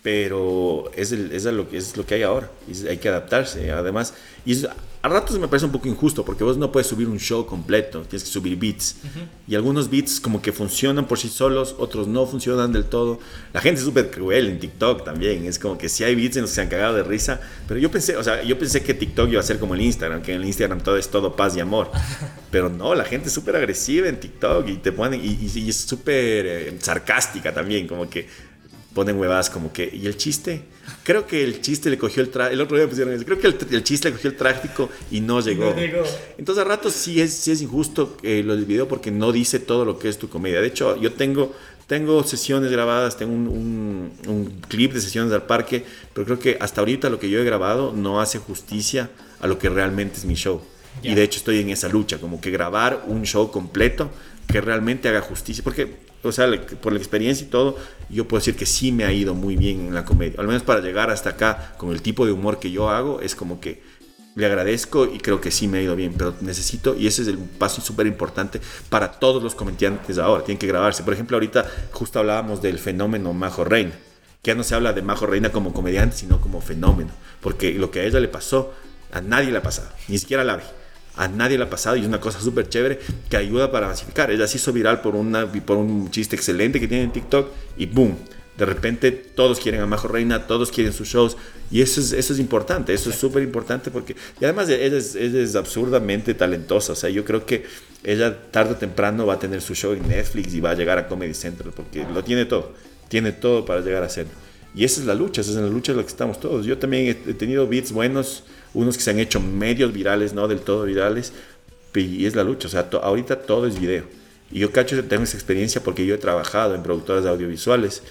Pero es lo que hay ahora. Hay que adaptarse. Además, a ratos me parece un poco injusto porque vos no puedes subir un show completo, tienes que subir beats. Y algunos beats como que funcionan por sí solos, otros no funcionan del todo. La gente es súper cruel en TikTok también. Es como que sí hay beats en los que se han cagado de risa. Pero yo pensé que TikTok iba a ser como el Instagram, que en el Instagram todo es todo paz y amor. Pero no, la gente es súper agresiva en TikTok y te ponen y es súper sarcástica también, como que ponen huevadas como que... ¿Y el chiste? Creo que el chiste le cogió el otro día pusieron eso. Creo que el chiste le cogió el tráfico y no llegó. Entonces a ratos sí es injusto lo del video porque no dice todo lo que es tu comedia. De hecho, yo tengo sesiones grabadas, tengo un clip de sesiones al parque, pero creo que hasta ahorita lo que yo he grabado no hace justicia a lo que realmente es mi show. Yeah. Y de hecho estoy en esa lucha, como que grabar un show completo que realmente haga justicia. Porque... O sea, por la experiencia y todo, yo puedo decir que sí me ha ido muy bien en la comedia. Al menos para llegar hasta acá con el tipo de humor que yo hago, es como que le agradezco y creo que sí me ha ido bien. Pero necesito, y ese es el paso súper importante para todos los comediantes ahora, tienen que grabarse. Por ejemplo, ahorita justo hablábamos del fenómeno Majo Reina, que ya no se habla de Majo Reina como comediante, sino como fenómeno. Porque lo que a ella le pasó, a nadie le ha pasado, ni siquiera a Lavi. A nadie le ha pasado y es una cosa súper chévere que ayuda para masificar. Ella se hizo viral por un chiste excelente que tiene en TikTok y boom, de repente todos quieren a Majo Reina, todos quieren sus shows y eso es importante, eso es súper importante porque y además ella es absurdamente talentosa. O sea, yo creo que ella tarde o temprano va a tener su show en Netflix y va a llegar a Comedy Central porque lo tiene todo para llegar a hacerlo. Y esa es la lucha en la que estamos todos. Yo también he tenido beats buenos, unos que se han hecho medios virales, no del todo virales, y es la lucha. O sea, ahorita todo es video. Y yo tengo esa experiencia porque yo he trabajado en productoras audiovisuales.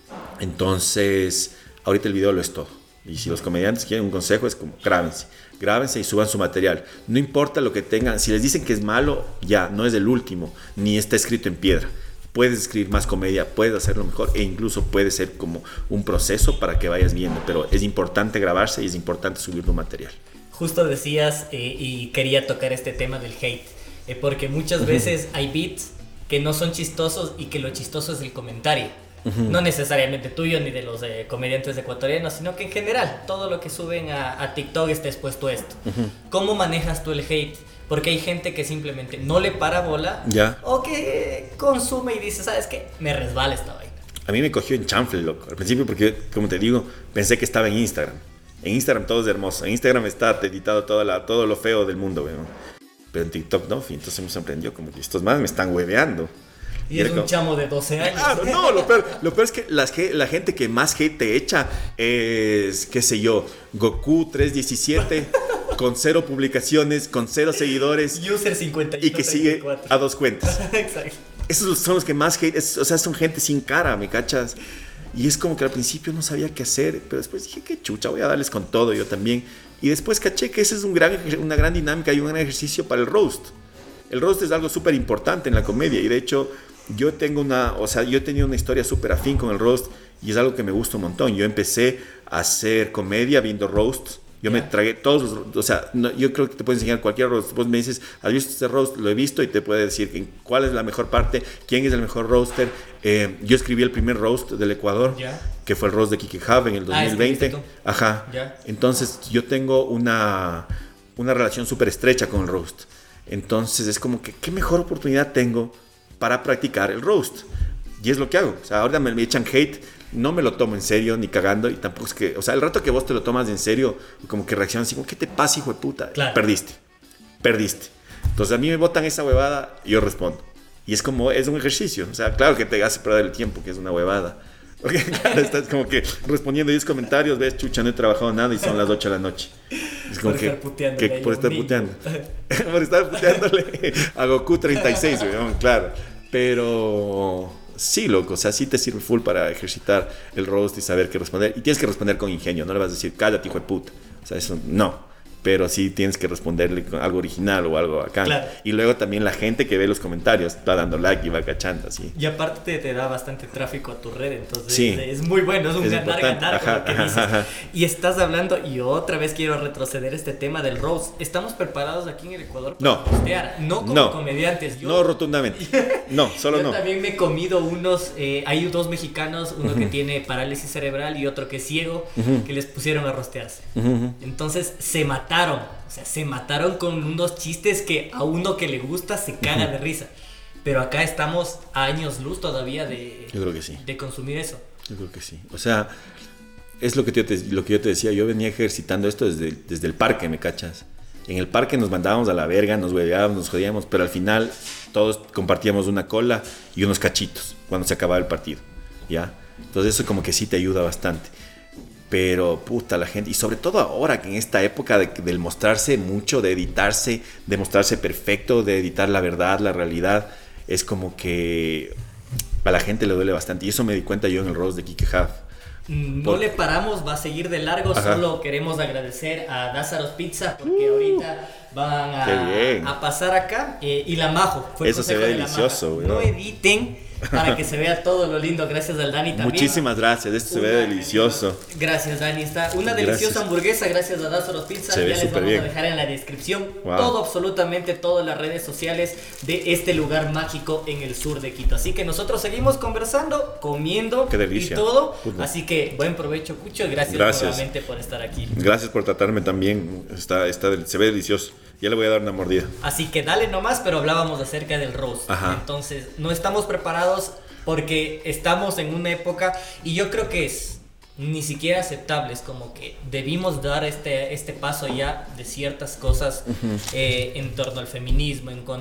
Entonces, ahorita el video lo es todo. Y si los comediantes quieren un consejo es como grábense y suban su material. No importa lo que tengan, si les dicen que es malo, ya, no es el último, ni está escrito en piedra. Puedes escribir más comedia, puedes hacerlo mejor e incluso puede ser como un proceso para que vayas viendo, pero es importante grabarse y es importante subir tu material. Justo decías y quería tocar este tema del hate, porque muchas veces hay beats que no son chistosos y que lo chistoso es el comentario. No necesariamente tuyo ni de los comediantes ecuatorianos, sino que en general todo lo que suben a TikTok está expuesto a esto. ¿Cómo manejas tú el hate? Porque hay gente que simplemente no le para bola o que consume y dice, ¿sabes qué? Me resbala esta vaina. A mí me cogió en chanfle, loco. Al principio porque, como te digo, pensé que estaba en Instagram. En Instagram todo es hermoso. En Instagram está editado todo lo feo del mundo, ¿no? Pero en TikTok no. Y entonces me sorprendió como que estos más me están hueveando. Y es un chamo de 12 años. Claro, no, lo peor es que la gente que más hate te echa es, qué sé yo, Goku 317... con 0 publicaciones, con 0 seguidores. User 51, y que 34. Sigue a 2 cuentas. Exacto. Esos son los que más hate, o sea, son gente sin cara, ¿me cachas? Y es como que al principio no sabía qué hacer, pero después dije, qué chucha, voy a darles con todo yo también. Y después caché que esa es una gran dinámica y un gran ejercicio para el roast. El roast es algo súper importante en la comedia y de hecho yo he tenido una historia súper afín con el roast y es algo que me gusta un montón. Yo empecé a hacer comedia viendo roasts Yo me tragué todos los, o sea, no, yo creo que te puedo enseñar cualquier roast. Vos me dices, ¿has visto este roast? Lo he visto y te puede decir cuál es la mejor parte, quién es el mejor roaster. Yo escribí el primer roast del Ecuador, que fue el roast de Kike Hav en el 2020. Ajá. Entonces yo tengo una relación súper estrecha con el roast. Entonces es como que, ¿qué mejor oportunidad tengo para practicar el roast? Y es lo que hago. O sea, ahora me echan hate, no me lo tomo en serio ni cagando, y tampoco es que, o sea, el rato que vos te lo tomas en serio, como que reaccionas así, como, ¿qué te pasa, hijo de puta? Claro. Perdiste. Entonces a mí me botan esa huevada y yo respondo. Y es como, es un ejercicio. O sea, claro que te hace perder el tiempo, que es una huevada. Porque claro, estás como que respondiendo 10 comentarios, ves, chucha, no he trabajado nada y son las 8 de la noche. Es como por estar puteando. Por estar puteándole a Goku 36, claro. Pero sí, loco, o sea, sí te sirve full para ejercitar el roast y saber qué responder. Y tienes que responder con ingenio, no le vas a decir, cállate, hijo de puta. O sea, eso no. Pero sí tienes que responderle con algo original o algo bacán. Claro. Y luego también la gente que ve los comentarios va dando like y va cachando así. Y aparte te da bastante tráfico a tu red, entonces sí, es muy bueno, es un ganar-ganar con lo que dices. Ajá. Y estás hablando, y otra vez quiero retroceder este tema del roast. ¿Estamos preparados aquí en el Ecuador para postear? No como comediantes. No, rotundamente. No, solo yo no. Yo también me he comido unos, hay dos mexicanos, uno que tiene parálisis cerebral y otro que es ciego, que les pusieron a rostearse. Entonces se mataron. O sea, se mataron con unos chistes que a uno que le gusta se caga de risa. Pero acá estamos a años luz todavía de, yo creo que sí, de consumir eso. Yo creo que sí. O sea, es lo que yo te decía. Yo venía ejercitando esto desde el parque, ¿me cachas? En el parque nos mandábamos a la verga, nos hueveábamos, nos jodíamos, pero al final todos compartíamos una cola y unos cachitos cuando se acababa el partido, ¿ya? Entonces eso como que sí te ayuda bastante. Pero, puta, la gente, y sobre todo ahora, que en esta época del mostrarse mucho, de editarse, de mostrarse perfecto, de editar la verdad, la realidad, es como que a la gente le duele bastante. Y eso me di cuenta yo en el roast de Kike Hav. No le paramos, va a seguir de largo. Ajá. Solo queremos agradecer a Dázaros Pizza, porque ahorita van a pasar acá. Y la Majo. Fue eso se ve delicioso, güey. No editen para que se vea todo lo lindo. Gracias al Dani también. Muchísimas gracias, esto se ve delicioso. Gracias, Dani. Está una deliciosa hamburguesa gracias a Dázaros Pizza. Ya les vamos a dejar en la descripción todo, absolutamente todas las redes sociales de este lugar mágico en el sur de Quito. Así que nosotros seguimos conversando, comiendo y todo. Así que buen provecho, Cucho, y gracias nuevamente por estar aquí. Gracias por tratarme también. Se ve delicioso. Ya le voy a dar una mordida. Así que dale nomás, pero hablábamos acerca del roast. Ajá. Entonces, no estamos preparados porque estamos en una época, y yo creo que es ni siquiera aceptable. Es como que debimos dar este paso ya de ciertas cosas en torno al feminismo, en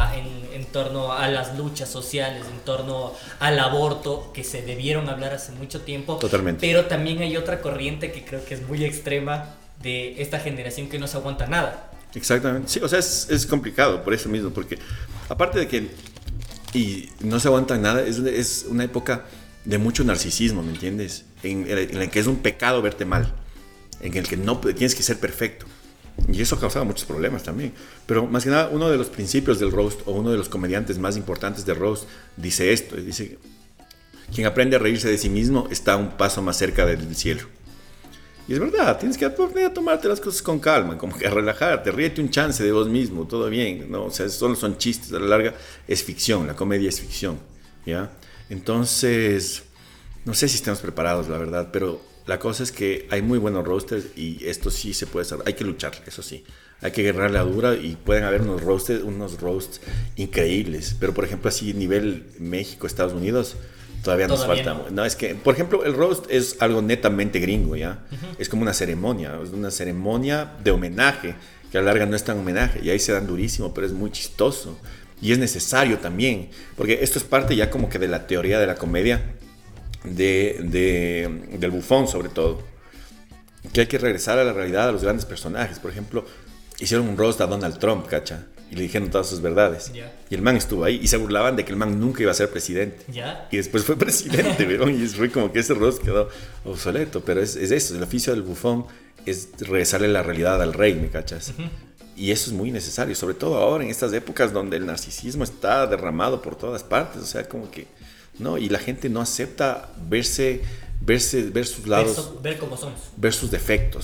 torno a las luchas sociales, en torno al aborto, que se debieron hablar hace mucho tiempo. Totalmente. Pero también hay otra corriente que creo que es muy extrema de esta generación que no se aguanta nada. Exactamente, sí, o sea, es complicado por eso mismo, porque aparte de que y no se aguantan nada, es una época de mucho narcisismo, ¿me entiendes? En el que es un pecado verte mal, en el que no tienes que ser perfecto, y eso ha causado muchos problemas también. Pero más que nada, uno de los principios del roast, o uno de los comediantes más importantes del roast, dice esto, dice: quien aprende a reírse de sí mismo está un paso más cerca del cielo. Y es verdad, tienes que aprender a tomarte las cosas con calma, como que a relajarte, ríete un chance de vos mismo, todo bien, ¿no? O sea, solo son chistes, a la larga es ficción, la comedia es ficción, ¿ya? Entonces, no sé si estamos preparados, la verdad, pero la cosa es que hay muy buenos roasters y esto sí se puede saber, hay que luchar, eso sí, hay que agarrar la dura y pueden haber unos roasts increíbles, pero por ejemplo así nivel México, Estados Unidos, todavía nos falta. No, es que, por ejemplo, el roast es algo netamente gringo, ¿ya? Es como es una ceremonia de homenaje, que a la larga no es tan homenaje, y ahí se dan durísimo, pero es muy chistoso. Y es necesario también, porque esto es parte ya como que de la teoría de la comedia, del bufón sobre todo, que hay que regresar a la realidad, a los grandes personajes. Por ejemplo, hicieron un roast a Donald Trump, ¿cacha? Y le dijeron todas sus verdades. Y el man estuvo ahí y se burlaban de que el man nunca iba a ser presidente. Y después fue presidente, ¿verdad? Y fue como que ese roast quedó obsoleto. Pero es eso, el oficio del bufón es regresarle la realidad al rey, ¿me cachas? Y eso es muy necesario, sobre todo ahora en estas épocas donde el narcisismo está derramado por todas partes. O sea, como que, ¿no? Y la gente no acepta ver sus lados, ver cómo somos, ver sus defectos.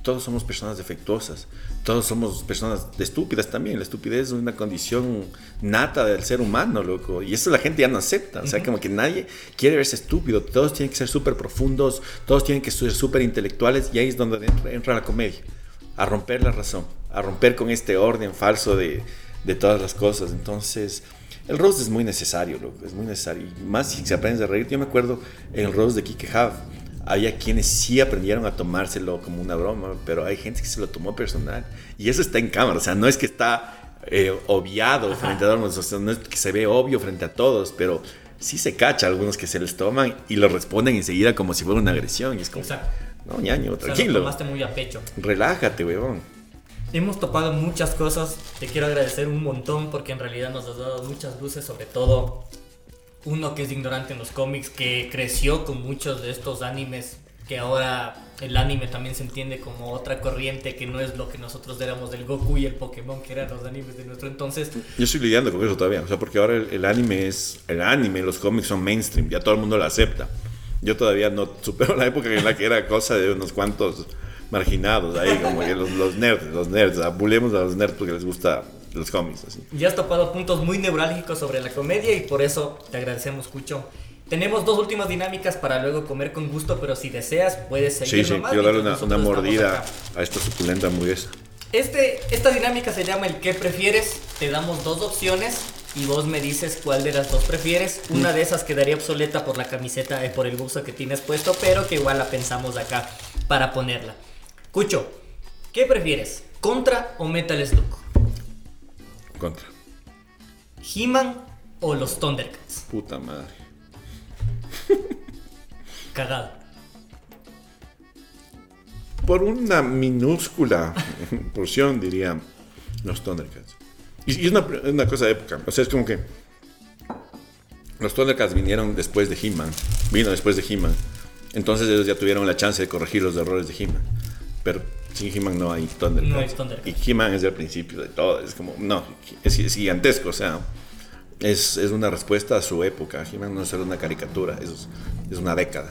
todos somos personas defectuosas, todos somos personas estúpidas también. La estupidez es una condición nata del ser humano, loco. Y eso la gente ya no acepta. O sea, como que nadie quiere verse estúpido. Todos tienen que ser súper profundos, todos tienen que ser súper intelectuales. Y ahí es donde entra la comedia. A romper la razón, a romper con este orden falso de todas las cosas. Entonces, el roast es muy necesario, loco. Es muy necesario. Y más si se aprendes a reír. Yo me acuerdo en el roast de Kike Hav. Había quienes sí aprendieron a tomárselo como una broma, pero hay gente que se lo tomó personal. Y eso está en cámara, o sea, no es que está obviado frente a todos, o sea, no es que se ve obvio frente a todos, pero sí se cacha a algunos que se les toman y lo responden enseguida como si fuera una agresión. Y es como, exacto. No, ñaño, tranquilo. O sea, lo tomaste muy a pecho. Relájate, huevón. Hemos topado muchas cosas, te quiero agradecer un montón porque en realidad nos has dado muchas luces, sobre todo uno que es ignorante en los cómics, que creció con muchos de estos animes, que ahora el anime también se entiende como otra corriente que no es lo que nosotros éramos del Goku y el Pokémon, que eran los animes de nuestro entonces. Yo estoy lidiando con eso todavía, o sea, porque ahora el anime, los cómics son mainstream, ya todo el mundo lo acepta. Yo todavía no supero la época en la que era cosa de unos cuantos marginados ahí, como que los nerds, bulemos a los nerds porque les gusta los cómics, así. Ya has topado puntos muy neurálgicos sobre la comedia y por eso te agradecemos, Cucho. Tenemos dos últimas dinámicas para luego comer con gusto, pero si deseas puedes seguir. Sí, quiero darle una mordida a esta suculenta hamburguesa. Esta dinámica se llama el ¿qué prefieres? Te damos dos opciones y vos me dices cuál de las dos prefieres. Una de esas quedaría obsoleta por la camiseta, por el buzo que tienes puesto, pero que igual la pensamos acá para ponerla. Cucho, ¿qué prefieres? ¿Contra o Metal Slug? Contra. ¿He-Man o los Thundercats? Puta madre. Cagado. Por una minúscula porción diría los Thundercats. Y es una cosa de época. O sea, es como que los Thundercats vinieron después de He-Man. Vino después de He-Man. Entonces ellos ya tuvieron la chance de corregir los errores de He-Man. Pero sin He-Man no hay Thundercats. No hay Thundercats. Y He-Man es el principio de todo. Es como, no, es gigantesco. O sea, es una respuesta a su época. He-Man no es solo una caricatura, es una década.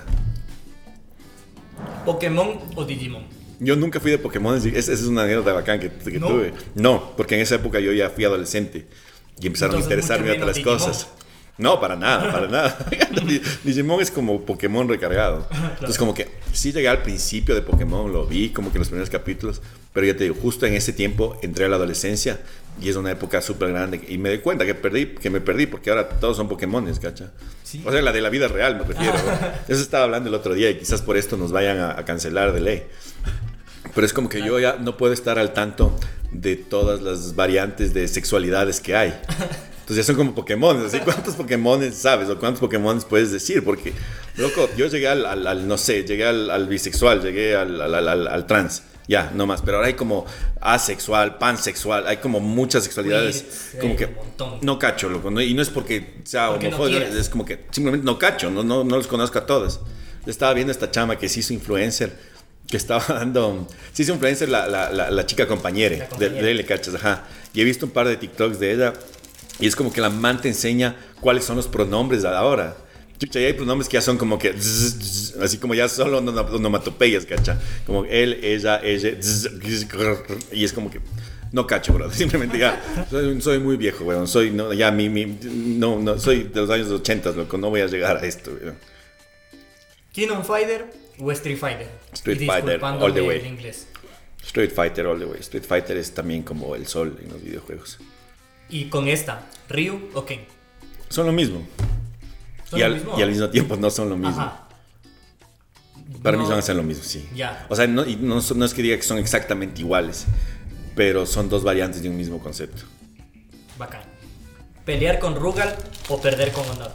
¿Pokémon o Digimon? Yo nunca fui de Pokémon, esa es una anécdota bacán que ¿No? tuve. No, porque en esa época yo ya fui adolescente y empezaron Entonces, a interesarme mucho otras menos cosas. No, para nada. Digimon es como Pokémon recargado. Claro. Entonces como que sí llegué al principio de Pokémon, lo vi como que en los primeros capítulos, pero ya te digo, justo en ese tiempo entré a la adolescencia y es una época súper grande y me di cuenta que me perdí porque ahora todos son Pokémones, ¿cacha? Sí. O sea, la de la vida real me refiero. Eso estaba hablando el otro día y quizás por esto nos vayan a cancelar de ley. Pero es como que yo ya no puedo estar al tanto de todas las variantes de sexualidades que hay. Entonces ya son como Pokémon, así, ¿cuántos Pokémon sabes o cuántos Pokémon puedes decir? Porque, loco, yo llegué no sé, llegué al bisexual, llegué al trans, ya, no más. Pero ahora hay como asexual, pansexual, hay como muchas sexualidades. Sí, como que no cacho, loco, ¿no? Y no es porque sea homofóbico, no es como que simplemente no cacho, no los conozco a todos. Yo estaba viendo esta chama que se hizo influencer, que estaba dando, se hizo influencer la chica compañera de él, ¿cachas? Ajá. Y he visto un par de TikToks de ella. Y es como que la man te enseña cuáles son los pronombres ahora. Chucha, y hay pronombres que ya son como que así como ya solo onomatopeyas, ¿cacha? Como él, ella, y es como que no cacho, bro. Simplemente ya soy muy viejo, weón. Soy soy de los años 80, loco. No voy a llegar a esto, weón. ¿King of Fighter o Street Fighter? Street Fighter all the way. El inglés. Street Fighter all the way. Street Fighter es también como el sol en los videojuegos. Y con esta, ¿Ryu o Ken? Son lo mismo. Y al mismo tiempo no son lo mismo. Ajá. Para mí son a ser lo mismo, sí. Ya. O sea, no es que diga que son exactamente iguales, pero son dos variantes de un mismo concepto. Bacán. ¿Pelear con Rugal o perder con honor?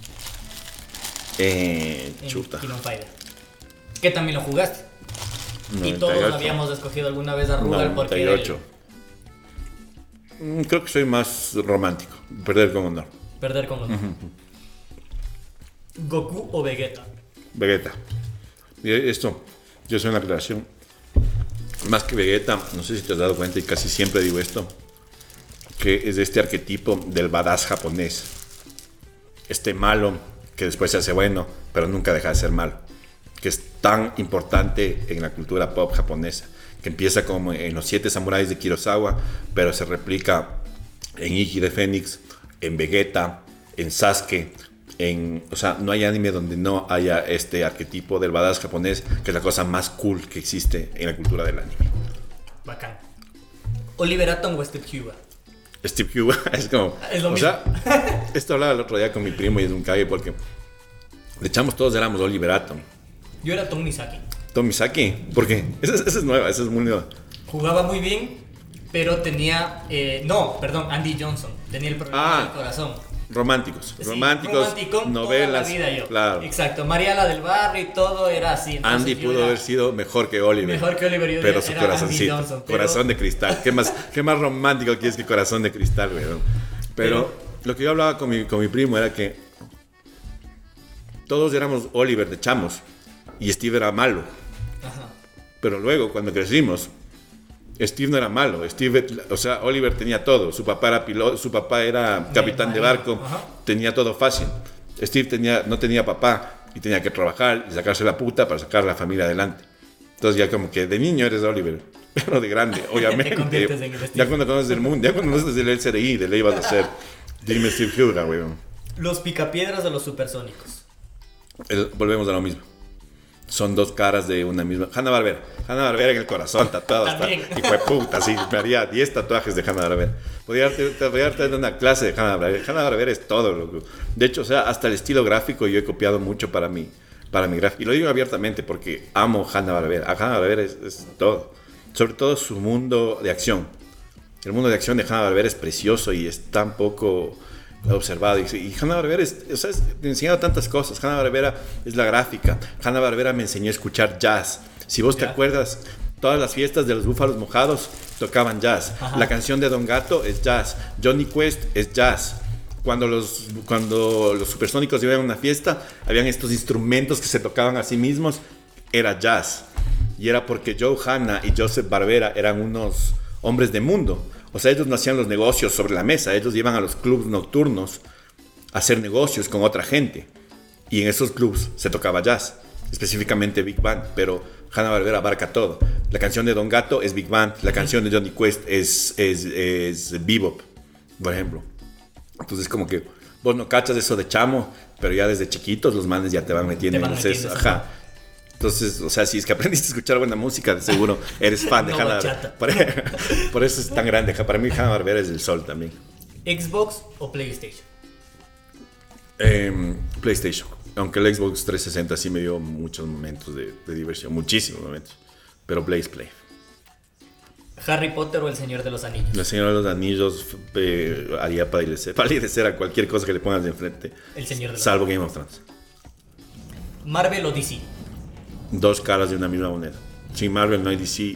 Chuta. King of Fighter. Que también lo jugaste. 98. Y todos habíamos escogido alguna vez a Rugal 98. porque... Creo que soy más romántico. Perder con honor. Perder con honor. ¿Goku o Vegeta? Vegeta. Y esto, yo soy una aclaración. Más que Vegeta, no sé si te has dado cuenta y casi siempre digo esto, que es este arquetipo del badass japonés. Este malo que después se hace bueno, pero nunca deja de ser malo. Que es tan importante en la cultura pop japonesa, que empieza como en los 7 samuráis de Kurosawa, pero se replica en Ikki de Fénix, en Vegeta, en Sasuke, o sea, no hay anime donde no haya este arquetipo del badass japonés, que es la cosa más cool que existe en la cultura del anime. Bacán. Oliver Atom o Steve Huga. Steve Huga es como... Es lo o mismo. sea, esto hablaba el otro día con mi primo y es un cague porque de chamos todos éramos Oliver Atom. Yo era Tom Misaki. Tom Misaki, ¿por qué? Esa es nueva, esa es muy nueva. Jugaba muy bien, pero tenía... Andy Johnson. Tenía el problema del corazón. Románticos, Sí, romanticos, novelas. Toda la vida yo. Claro. Exacto, Mariala del Barrio y todo era así. Entonces Andy pudo haber sido mejor que Oliver. Mejor que Oliver, yo pero era su Andy corazoncito, Johnson, corazón de cristal. ¿Qué más romántico quieres que corazón de cristal, güey? Pero lo que yo hablaba con mi primo era que todos éramos Oliver de chamos y Steve era malo. Ajá. Pero luego, cuando crecimos, Steve no era malo. Oliver tenía todo. Su papá era piloto, su papá era capitán de barco, tenía todo fácil. Steve no tenía papá y tenía que trabajar y sacarse la puta para sacar a la familia adelante. Entonces ya como que de niño eres Oliver, pero de grande, obviamente. Te conviertes en el Steve. Ya cuando conoces el mundo, ya cuando conoces el LCDI, de ley vas a ser. Dime Steve Huga, weón. Los picapiedras de los supersónicos. Volvemos a lo mismo. Son dos caras de una misma. Hanna-Barbera en el corazón, tatuado hasta. Hijo de puta, sí. Me haría 10 tatuajes de Hanna-Barbera. Podría tener una clase de Hanna-Barbera. Hanna-Barbera es todo, loco. De hecho, o sea, hasta el estilo gráfico yo he copiado mucho para mi gráfico. Y lo digo abiertamente porque amo Hanna-Barbera. A Hanna-Barbera es todo. Sobre todo su mundo de acción. El mundo de acción de Hanna-Barbera es precioso y es tan poco observado. Y Hanna-Barbera me ha enseñado tantas cosas. Hanna-Barbera es la gráfica. Hanna-Barbera me enseñó a escuchar jazz. Si vos te acuerdas, todas las fiestas de los Búfalos Mojados tocaban jazz. Ajá. La canción de Don Gato es jazz. Johnny Quest es jazz. Cuando los supersónicos iban a una fiesta, habían estos instrumentos que se tocaban a sí mismos. Era jazz. Y era porque Joe Hanna y Joseph Barbera eran unos hombres de mundo. O sea, ellos no hacían los negocios sobre la mesa. Ellos iban a los clubs nocturnos a hacer negocios con otra gente. Y en esos clubs se tocaba jazz. Específicamente Big Band. Pero Hanna-Barbera abarca todo. La canción de Don Gato es Big Band. La canción de Johnny Quest es bebop, por ejemplo. Entonces como que vos no cachas eso de chamo, pero ya desde chiquitos los manes ya te van metiendo en eso. Ajá. Entonces, o sea, si es que aprendiste a escuchar buena música, de seguro eres fan de Hanna-Barbera. Por eso es tan grande. Para mí Hanna-Barbera es el sol también. ¿Xbox o PlayStation? PlayStation. Aunque el Xbox 360 sí me dio muchos momentos de diversión. Muchísimos momentos. Pero Play. ¿Harry Potter o El Señor de los Anillos? El Señor de los Anillos haría palidecer a cualquier cosa que le pongas de enfrente. El Señor de los Salvo Game of Thrones. ¿Marvel o DC? Dos caras de una misma moneda. Sin Marvel no hay DC.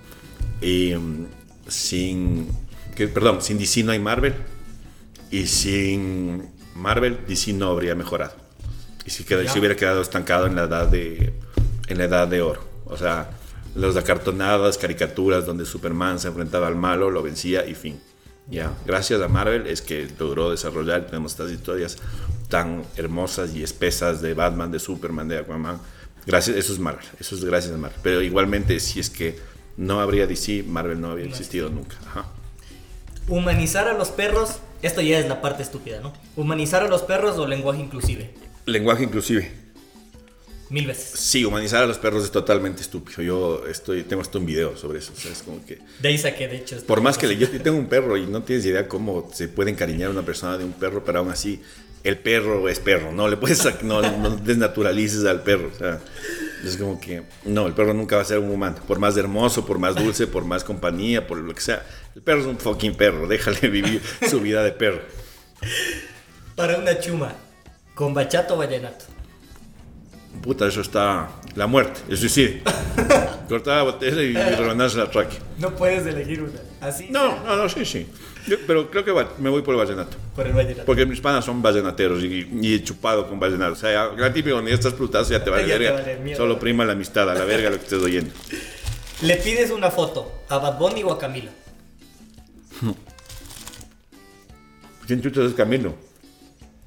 Sin DC no hay Marvel. Y sin Marvel, DC no habría mejorado. Y si hubiera quedado estancado en la edad de oro. O sea, las acartonadas caricaturas donde Superman se enfrentaba al malo, lo vencía y fin. Ya, gracias a Marvel es que logró desarrollar. Tenemos estas historias tan hermosas y espesas de Batman, de Superman, de Aquaman. Gracias, eso es Marvel, eso es gracias a Marvel. Pero igualmente, si es que no habría DC, Marvel no habría existido nunca. Ajá. Humanizar a los perros, esto ya es la parte estúpida, ¿no? Humanizar a los perros o lenguaje inclusive. Lenguaje inclusive. 1000 veces. Sí, humanizar a los perros es totalmente estúpido. Yo tengo hasta un video sobre eso. O sea, es como que... De ahí saqué, de hecho. Por más que yo tengo un perro y no tienes idea cómo se puede encariñar una persona de un perro, pero aún así, el perro es perro. No le puedes, no desnaturalices al perro. O sea, es como que, no, el perro nunca va a ser un humano. Por más hermoso, por más dulce, por más compañía, por lo que sea. El perro es un fucking perro. Déjale vivir su vida de perro. Para una chuma, ¿con bachata o vallenato? Puta, eso está... La muerte, el suicidio. Cortar la botella y rebanarse la tráquea. No puedes elegir una. Así. No, sí. Pero creo que me voy por el vallenato. Por el vallenato. Porque mis panas son vallenateros y he chupado con vallenato. O sea, la típica cuando ya estás plutazo ya te vale verga. Solo prima la amistad, a la verga lo que estés oyendo. ¿Le pides una foto a Bad Bunny o a Camilo? ¿Quién chucha es Camilo?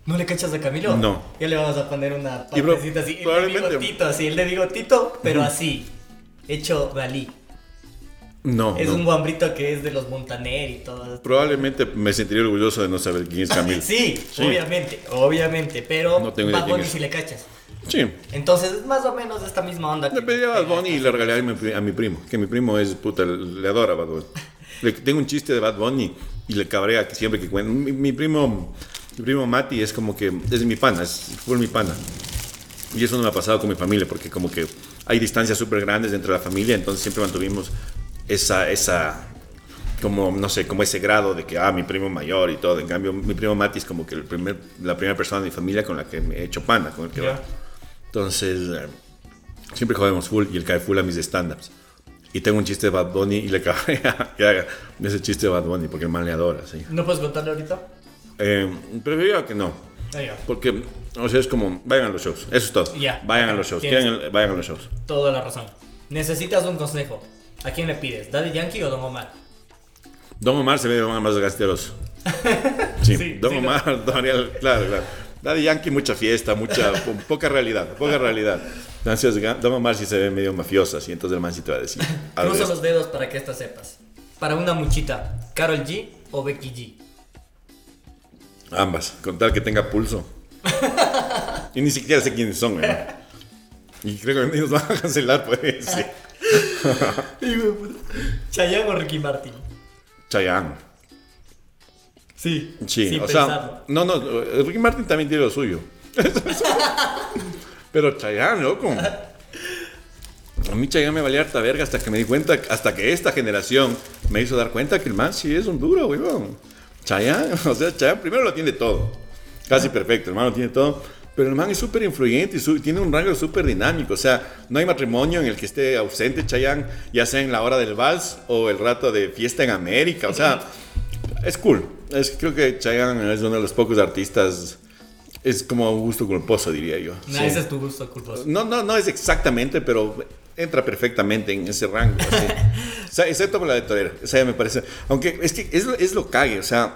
¿No le cachas a Camilo? No. Ya le vamos a poner una Y bro, partecita así. El de probablemente- bigotito, así. El de bigotito, pero así. Hecho Dalí. No, Es no. un guambrito que es de los Montaner y todo. Probablemente me sentiría orgulloso de no saber quién es Camilo. Sí, Sí. obviamente. Pero No tengo idea Bad quién Bunny es. si le cachas. Sí. Entonces es más o menos de esta misma onda. Le pedí a Bad Bunny y le regalé a mi primo, que mi primo es puta, le adora Bad Bunny. Tengo un chiste de Bad Bunny y le cabrea que siempre que cuento. Mi primo Mati es como que es mi pana, fue mi pana. Y eso no me ha pasado con mi familia, porque como que hay distancias súper grandes entre la familia, entonces siempre mantuvimos esa como, no sé, como ese grado de que, mi primo mayor y todo. En cambio, mi primo Mati es como que la primera persona de mi familia con la que me he hecho pana, con el que va. Entonces, siempre jodemos full y él cae full a mis stand-ups. Y tengo un chiste de Bad Bunny y le cabrea que haga ese chiste de Bad Bunny porque el man le adora, sí. ¿No puedes contarle ahorita? Preferiría que no. Ya. Porque, o sea, es como, vayan a los shows. Eso es todo. Ya. Vayan a los shows. Vayan a los shows. Toda la razón. Necesitas un consejo. ¿A quién le pides? ¿Daddy Yankee o Don Omar? Don Omar se ve más gasteroso. Sí, Sí, Don sí, Omar, Don Ariel, claro. Daddy Yankee, mucha fiesta, poca realidad. Entonces, Don Omar sí se ve medio mafioso, así, entonces el man sí te va a decir. Cruza los dedos para que esta sepas. Para una muchita, ¿Karol G o Becky G? Ambas, con tal que tenga pulso. Y ni siquiera sé quiénes son, ¿no? Y creo que ellos van a cancelar por eso. ¿Chayanne o Ricky Martin? Chayanne. Sí. Sí, sin o pensarlo. sea, no, Ricky Martin también tiene lo suyo. Pero Chayanne, loco. A mí Chayanne me valía harta verga hasta que me di cuenta, hasta que esta generación me hizo dar cuenta que el man sí es un duro, weón. Chayanne, o sea, Chayanne primero lo tiene todo. Casi perfecto, el man lo tiene todo. Pero el man es súper influyente y tiene un rango súper dinámico. O sea, no hay matrimonio en el que esté ausente Chayanne, ya sea en la hora del vals o el rato de fiesta en América. O sea, es cool. Creo que Chayanne es uno de los pocos artistas. Es como un gusto culposo, diría yo. No, Sí. ese es tu gusto culposo. No es exactamente, pero entra perfectamente en ese rango. Así. O sea, excepto por la de Torero. O sea, me parece. Aunque es que es lo cague. O sea,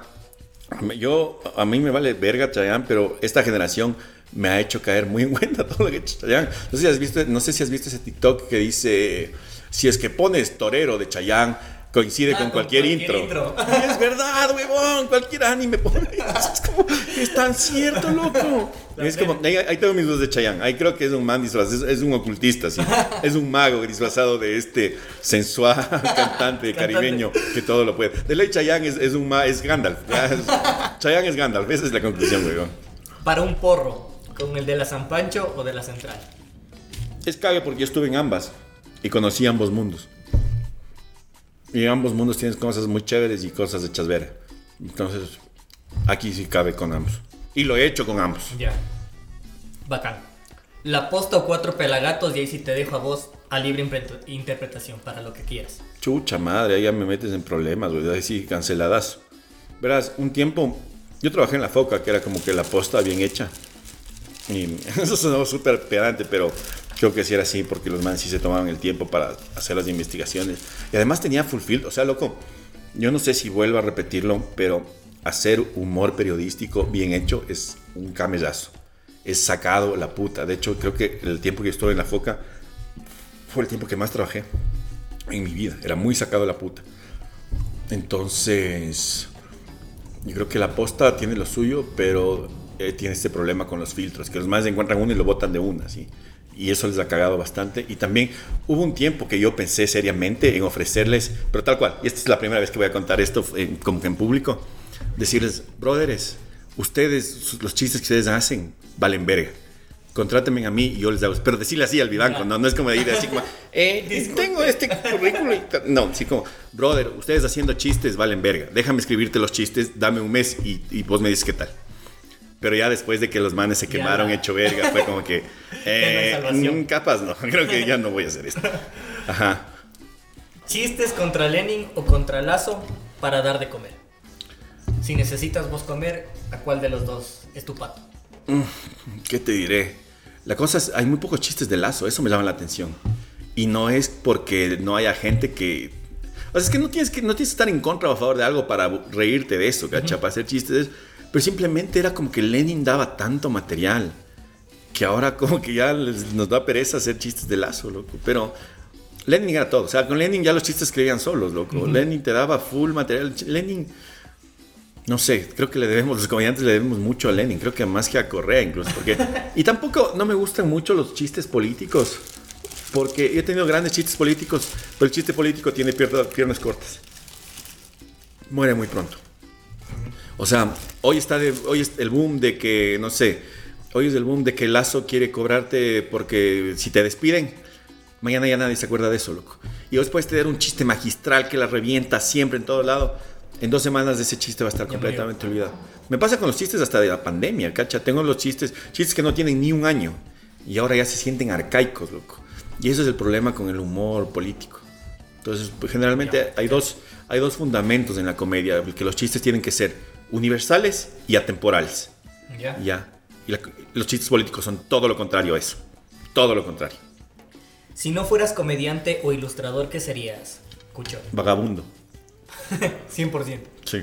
a mí me vale verga Chayanne, pero esta generación me ha hecho caer muy en cuenta todo lo que ha hecho Chayanne. No sé si has visto ese TikTok que dice: si es que pones Torero de Chayanne, coincide con cualquier intro. Y es verdad, huevón, cualquier anime pone. Es tan cierto, loco. Es como, ahí tengo mis dudas de Chayanne. Ahí creo que es un man disfrazado, es un ocultista, ¿sí? Es un mago disfrazado de este sensual cantante caribeño que todo lo puede. De ley Chayanne es Gandalf. Chayanne es Gandalf, esa es la conclusión, huevón. Para un porro, ¿con el de la San Pancho o de la Central? Es cague porque yo estuve en ambas y conocí ambos mundos. Y en ambos mundos tienes cosas muy chéveres y cosas hechas verga. Entonces, aquí sí cabe con ambos. Y lo he hecho con ambos. Ya. Bacán. La posta o 4 pelagatos y ahí sí te dejo a vos a libre interpretación para lo que quieras. Chucha madre, ahí ya me metes en problemas, güey. Ahí sí, canceladas. Verás, un tiempo yo trabajé en la Foca, que era como que la posta bien hecha. Y eso sonó súper pedante, pero creo que sí era así, porque los manes sí se tomaban el tiempo para hacer las investigaciones. Y además tenía full field. O sea, loco, yo no sé si vuelvo a repetirlo, pero hacer humor periodístico bien hecho es un camellazo. Es sacado la puta. De hecho, creo que el tiempo que estuve en la Foca fue el tiempo que más trabajé en mi vida. Era muy sacado la puta. Entonces, yo creo que la posta tiene lo suyo, pero tiene este problema con los filtros, que los más encuentran uno y lo botan de una, ¿sí? Y eso les ha cagado bastante. Y también hubo un tiempo que yo pensé seriamente en ofrecerles, pero tal cual, y esta es la primera vez que voy a contar esto como que en público, decirles: brothers, ustedes, los chistes que ustedes hacen, valen verga. Contrátenme a mí y yo les hago. Pero decirle así al vivanco, no es como ir así como, tengo este currículum. No, así como, brother, ustedes haciendo chistes valen verga. Déjame escribirte los chistes, dame un mes y vos me dices qué tal. Pero ya después de que los manes se quemaron hecho verga, fue como que, capaz no, creo que ya no voy a hacer esto. Ajá. ¿Chistes contra Lenin o contra Lazo para dar de comer? Si necesitas vos comer, ¿a cuál de los dos es tu pato? ¿Qué te diré? La cosa es, hay muy pocos chistes de Lazo, eso me llama la atención. Y no es porque no haya gente que... O sea, es que no tienes que estar en contra o a favor de algo para reírte de eso, ¿cachai? Para hacer chistes. pero simplemente era como que Lenin daba tanto material que ahora como que ya nos da pereza hacer chistes de Lazo, loco. Pero Lenin era todo. O sea, con Lenin ya los chistes escribían solos, loco. Lenin te daba full material. Lenin, no sé, creo que los comediantes le debemos mucho a Lenin. Creo que más que a Correa incluso. Y tampoco no me gustan mucho los chistes políticos. Porque yo he tenido grandes chistes políticos, pero el chiste político tiene piernas cortas. Muere muy pronto. O sea, hoy es el boom de que, no sé... Hoy es el boom de que Lazo quiere cobrarte porque si te despiden, mañana ya nadie se acuerda de eso, loco. Y hoy puedes tener un chiste magistral que la revienta siempre en todo lado. En 2 semanas de ese chiste va a estar completamente olvidado. Me pasa con los chistes hasta de la pandemia, ¿cacha? Tengo los chistes que no tienen ni un año y ahora ya se sienten arcaicos, loco. Y eso es el problema con el humor político. Entonces, pues, generalmente hay dos fundamentos en la comedia, que los chistes tienen que ser universales y atemporales. Ya. Y los chistes políticos son todo lo contrario a eso. Todo lo contrario. Si no fueras comediante o ilustrador, ¿qué serías, Cucho? Vagabundo. 100%. Sí.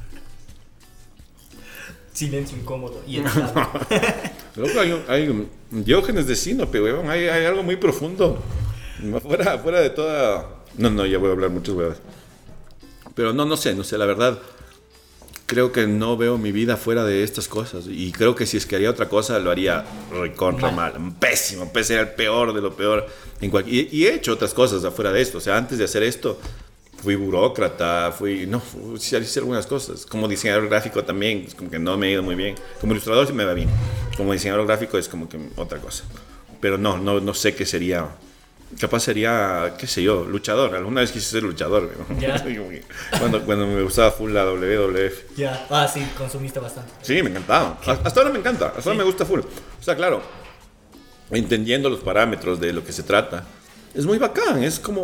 Silencio incómodo y enojado. Loco, hay un Diógenes de Sinope, weón. Hay algo muy profundo. Fuera de toda... No, ya voy a hablar muchas huevas. Pero no sé, la verdad... Creo que no veo mi vida fuera de estas cosas. Y creo que si es que haría otra cosa, lo haría recontra mal. Pésimo, sería el peor de lo peor. Y he hecho otras cosas afuera de esto. O sea, antes de hacer esto, fui burócrata, hice algunas cosas. Como diseñador gráfico también, es como que no me ha ido muy bien. Como ilustrador sí me va bien. Como diseñador gráfico es como que otra cosa. Pero no sé qué sería. Capaz sería, qué sé yo, luchador. Alguna vez quise ser luchador, ¿no? ¿Ya? cuando me gustaba full la WWF. Ya, sí, consumiste bastante. Sí, me encantaba. Hasta ahora me encanta, hasta ahora me gusta full. O sea, claro, entendiendo los parámetros de lo que se trata, es muy bacán.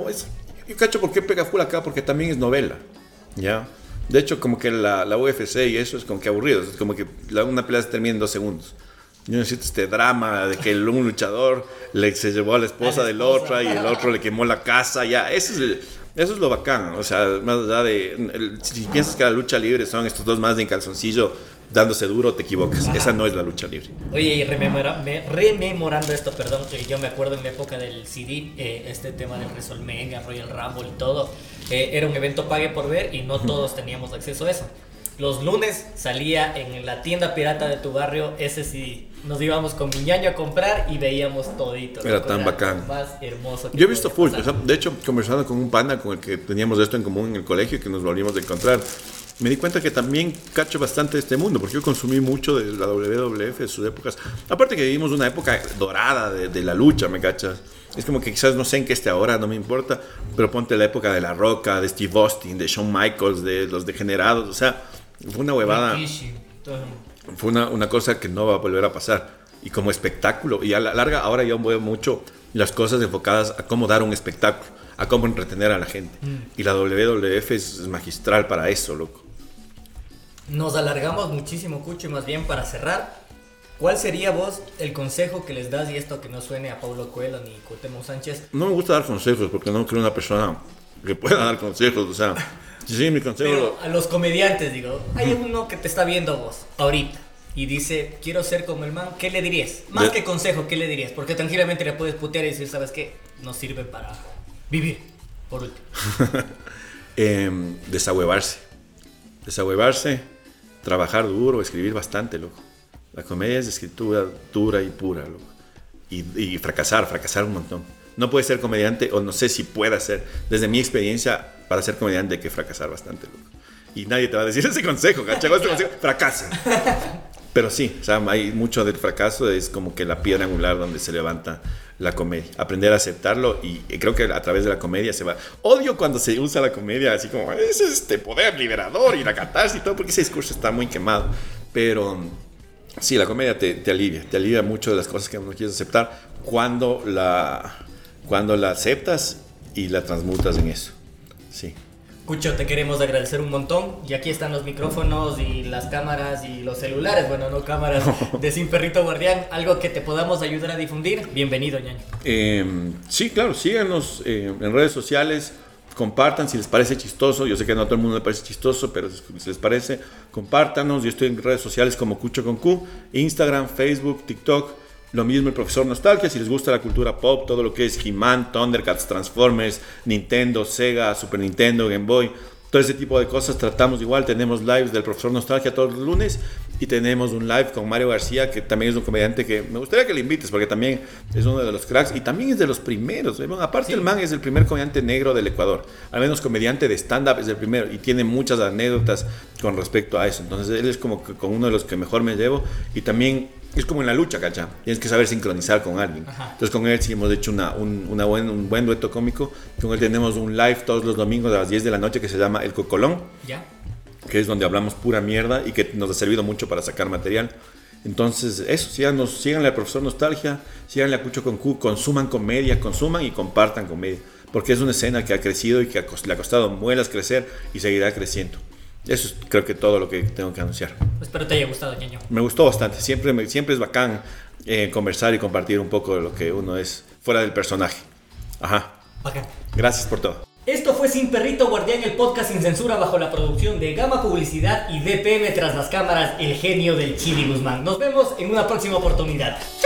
Yo cacho por qué pega full acá, porque también es novela, ¿ya? De hecho, como que la UFC y eso es como que aburrido. Es como que una pelea se termina en 2 segundos. Yo necesito este drama de que un luchador se llevó a la esposa del otro y el otro le quemó la casa. Ya, eso es lo bacán. O sea, más allá de... si piensas que la lucha libre son estos dos más de en calzoncillo dándose duro, te equivocas. Esa no es la lucha libre. Oye, y rememorando esto, perdón, que yo me acuerdo en la época del CD, este tema del WrestleMania, Royal Rumble y todo, era un evento pague por ver y no todos teníamos acceso a eso. Los lunes salía en la tienda pirata de tu barrio, ese sí, nos íbamos con mi ñaño a comprar y veíamos todito. Era tan bacán. Más hermoso. Yo he visto full, o sea, de hecho, conversando con un pana con el que teníamos esto en común en el colegio, que nos volvimos a encontrar, me di cuenta que también cacho bastante de este mundo, porque yo consumí mucho de la WWF de sus épocas. Aparte que vivimos una época dorada de la lucha, ¿me cachas? Es como que quizás no sé en qué esté ahora, no me importa, pero ponte la época de La Roca, de Steve Austin, de Shawn Michaels, de Los Degenerados, o sea... Fue una huevada. Fue una cosa que no va a volver a pasar. Y como espectáculo, y a la larga ahora yo veo mucho las cosas enfocadas a cómo dar un espectáculo, a cómo entretener a la gente. Y la WWF es magistral para eso, loco. Nos alargamos muchísimo, Cucho, y más bien para cerrar, ¿cuál sería vos el consejo que les das, y esto que no suene a Paulo Coelho ni Cuauhtémoc Sánchez? No me gusta dar consejos porque no creo una persona que pueda dar consejos, o sea... Sí, mi consejo. Pero a los comediantes, digo, hay uno que te está viendo vos ahorita y dice, quiero ser como el man, ¿qué le dirías? Más que consejo, ¿qué le dirías? Porque tranquilamente le puedes putear y decir, ¿sabes qué? No sirve para vivir, por último. Desahuevarse, trabajar duro, escribir bastante, loco. La comedia es escritura dura y pura, loco. Y fracasar un montón. No puedes ser comediante, o no sé si pueda ser. Desde mi experiencia, para ser comediante hay que fracasar bastante, loco. Y nadie te va a decir ese consejo, ¿cachai? Este consejo, fracasa. Pero sí, o sea, hay mucho del fracaso, es como que la piedra angular donde se levanta la comedia. Aprender a aceptarlo, y creo que a través de la comedia se va... Odio cuando se usa la comedia así como, es este poder liberador y la catarsis y todo, porque ese discurso está muy quemado. Pero sí, la comedia te alivia mucho de las cosas que no quieres aceptar cuando la aceptas y la transmutas en eso. Sí. Cucho, te queremos agradecer un montón. Y aquí están los micrófonos y las cámaras y los celulares. Bueno, no cámaras de Sin Perrito Guardián. Algo que te podamos ayudar a difundir. Bienvenido, ñaño. Sí, claro, síganos en redes sociales compartan si les parece chistoso. Yo sé que no a todo el mundo le parece chistoso, pero si les parece, compártanos. Yo estoy en redes sociales como Cucho con Q, Instagram, Facebook, TikTok. Lo mismo el Profesor Nostalgia, si les gusta la cultura pop, todo lo que es He-Man, Thundercats, Transformers, Nintendo, Sega, Super Nintendo, Game Boy, todo ese tipo de cosas tratamos igual. Tenemos lives del Profesor Nostalgia todos los lunes y tenemos un live con Mario García, que también es un comediante que me gustaría que le invites porque también es uno de los cracks y también es de los primeros. Bueno, aparte, sí, el man es el primer comediante negro del Ecuador, al menos comediante de stand-up es el primero y tiene muchas anécdotas con respecto a eso. Entonces él es como que con uno de los que mejor me llevo y también es como en la lucha, ¿cachá? Tienes que saber sincronizar con alguien. Ajá. Entonces con él sí hemos hecho un buen dueto cómico. Con él tenemos un live todos los domingos a las 10 de la noche que se llama El Cocolón. Ya. Que es donde hablamos pura mierda y que nos ha servido mucho para sacar material. Entonces eso, síganle al Profesor Nostalgia, síganle a Cucho con Q, consuman comedia, consuman y compartan comedia. Porque es una escena que ha crecido y que le ha costado muelas crecer y seguirá creciendo. Eso es, creo que todo lo que tengo que anunciar. Espero te haya gustado, ñaño. Me gustó bastante. Siempre es bacán conversar y compartir un poco de lo que uno es fuera del personaje. Ajá. Bacán. Gracias por todo. Esto fue Sin Perrito Guardián, el podcast sin censura bajo la producción de Gama Publicidad y DPM tras las cámaras, el genio del Chili Guzmán. Nos vemos en una próxima oportunidad.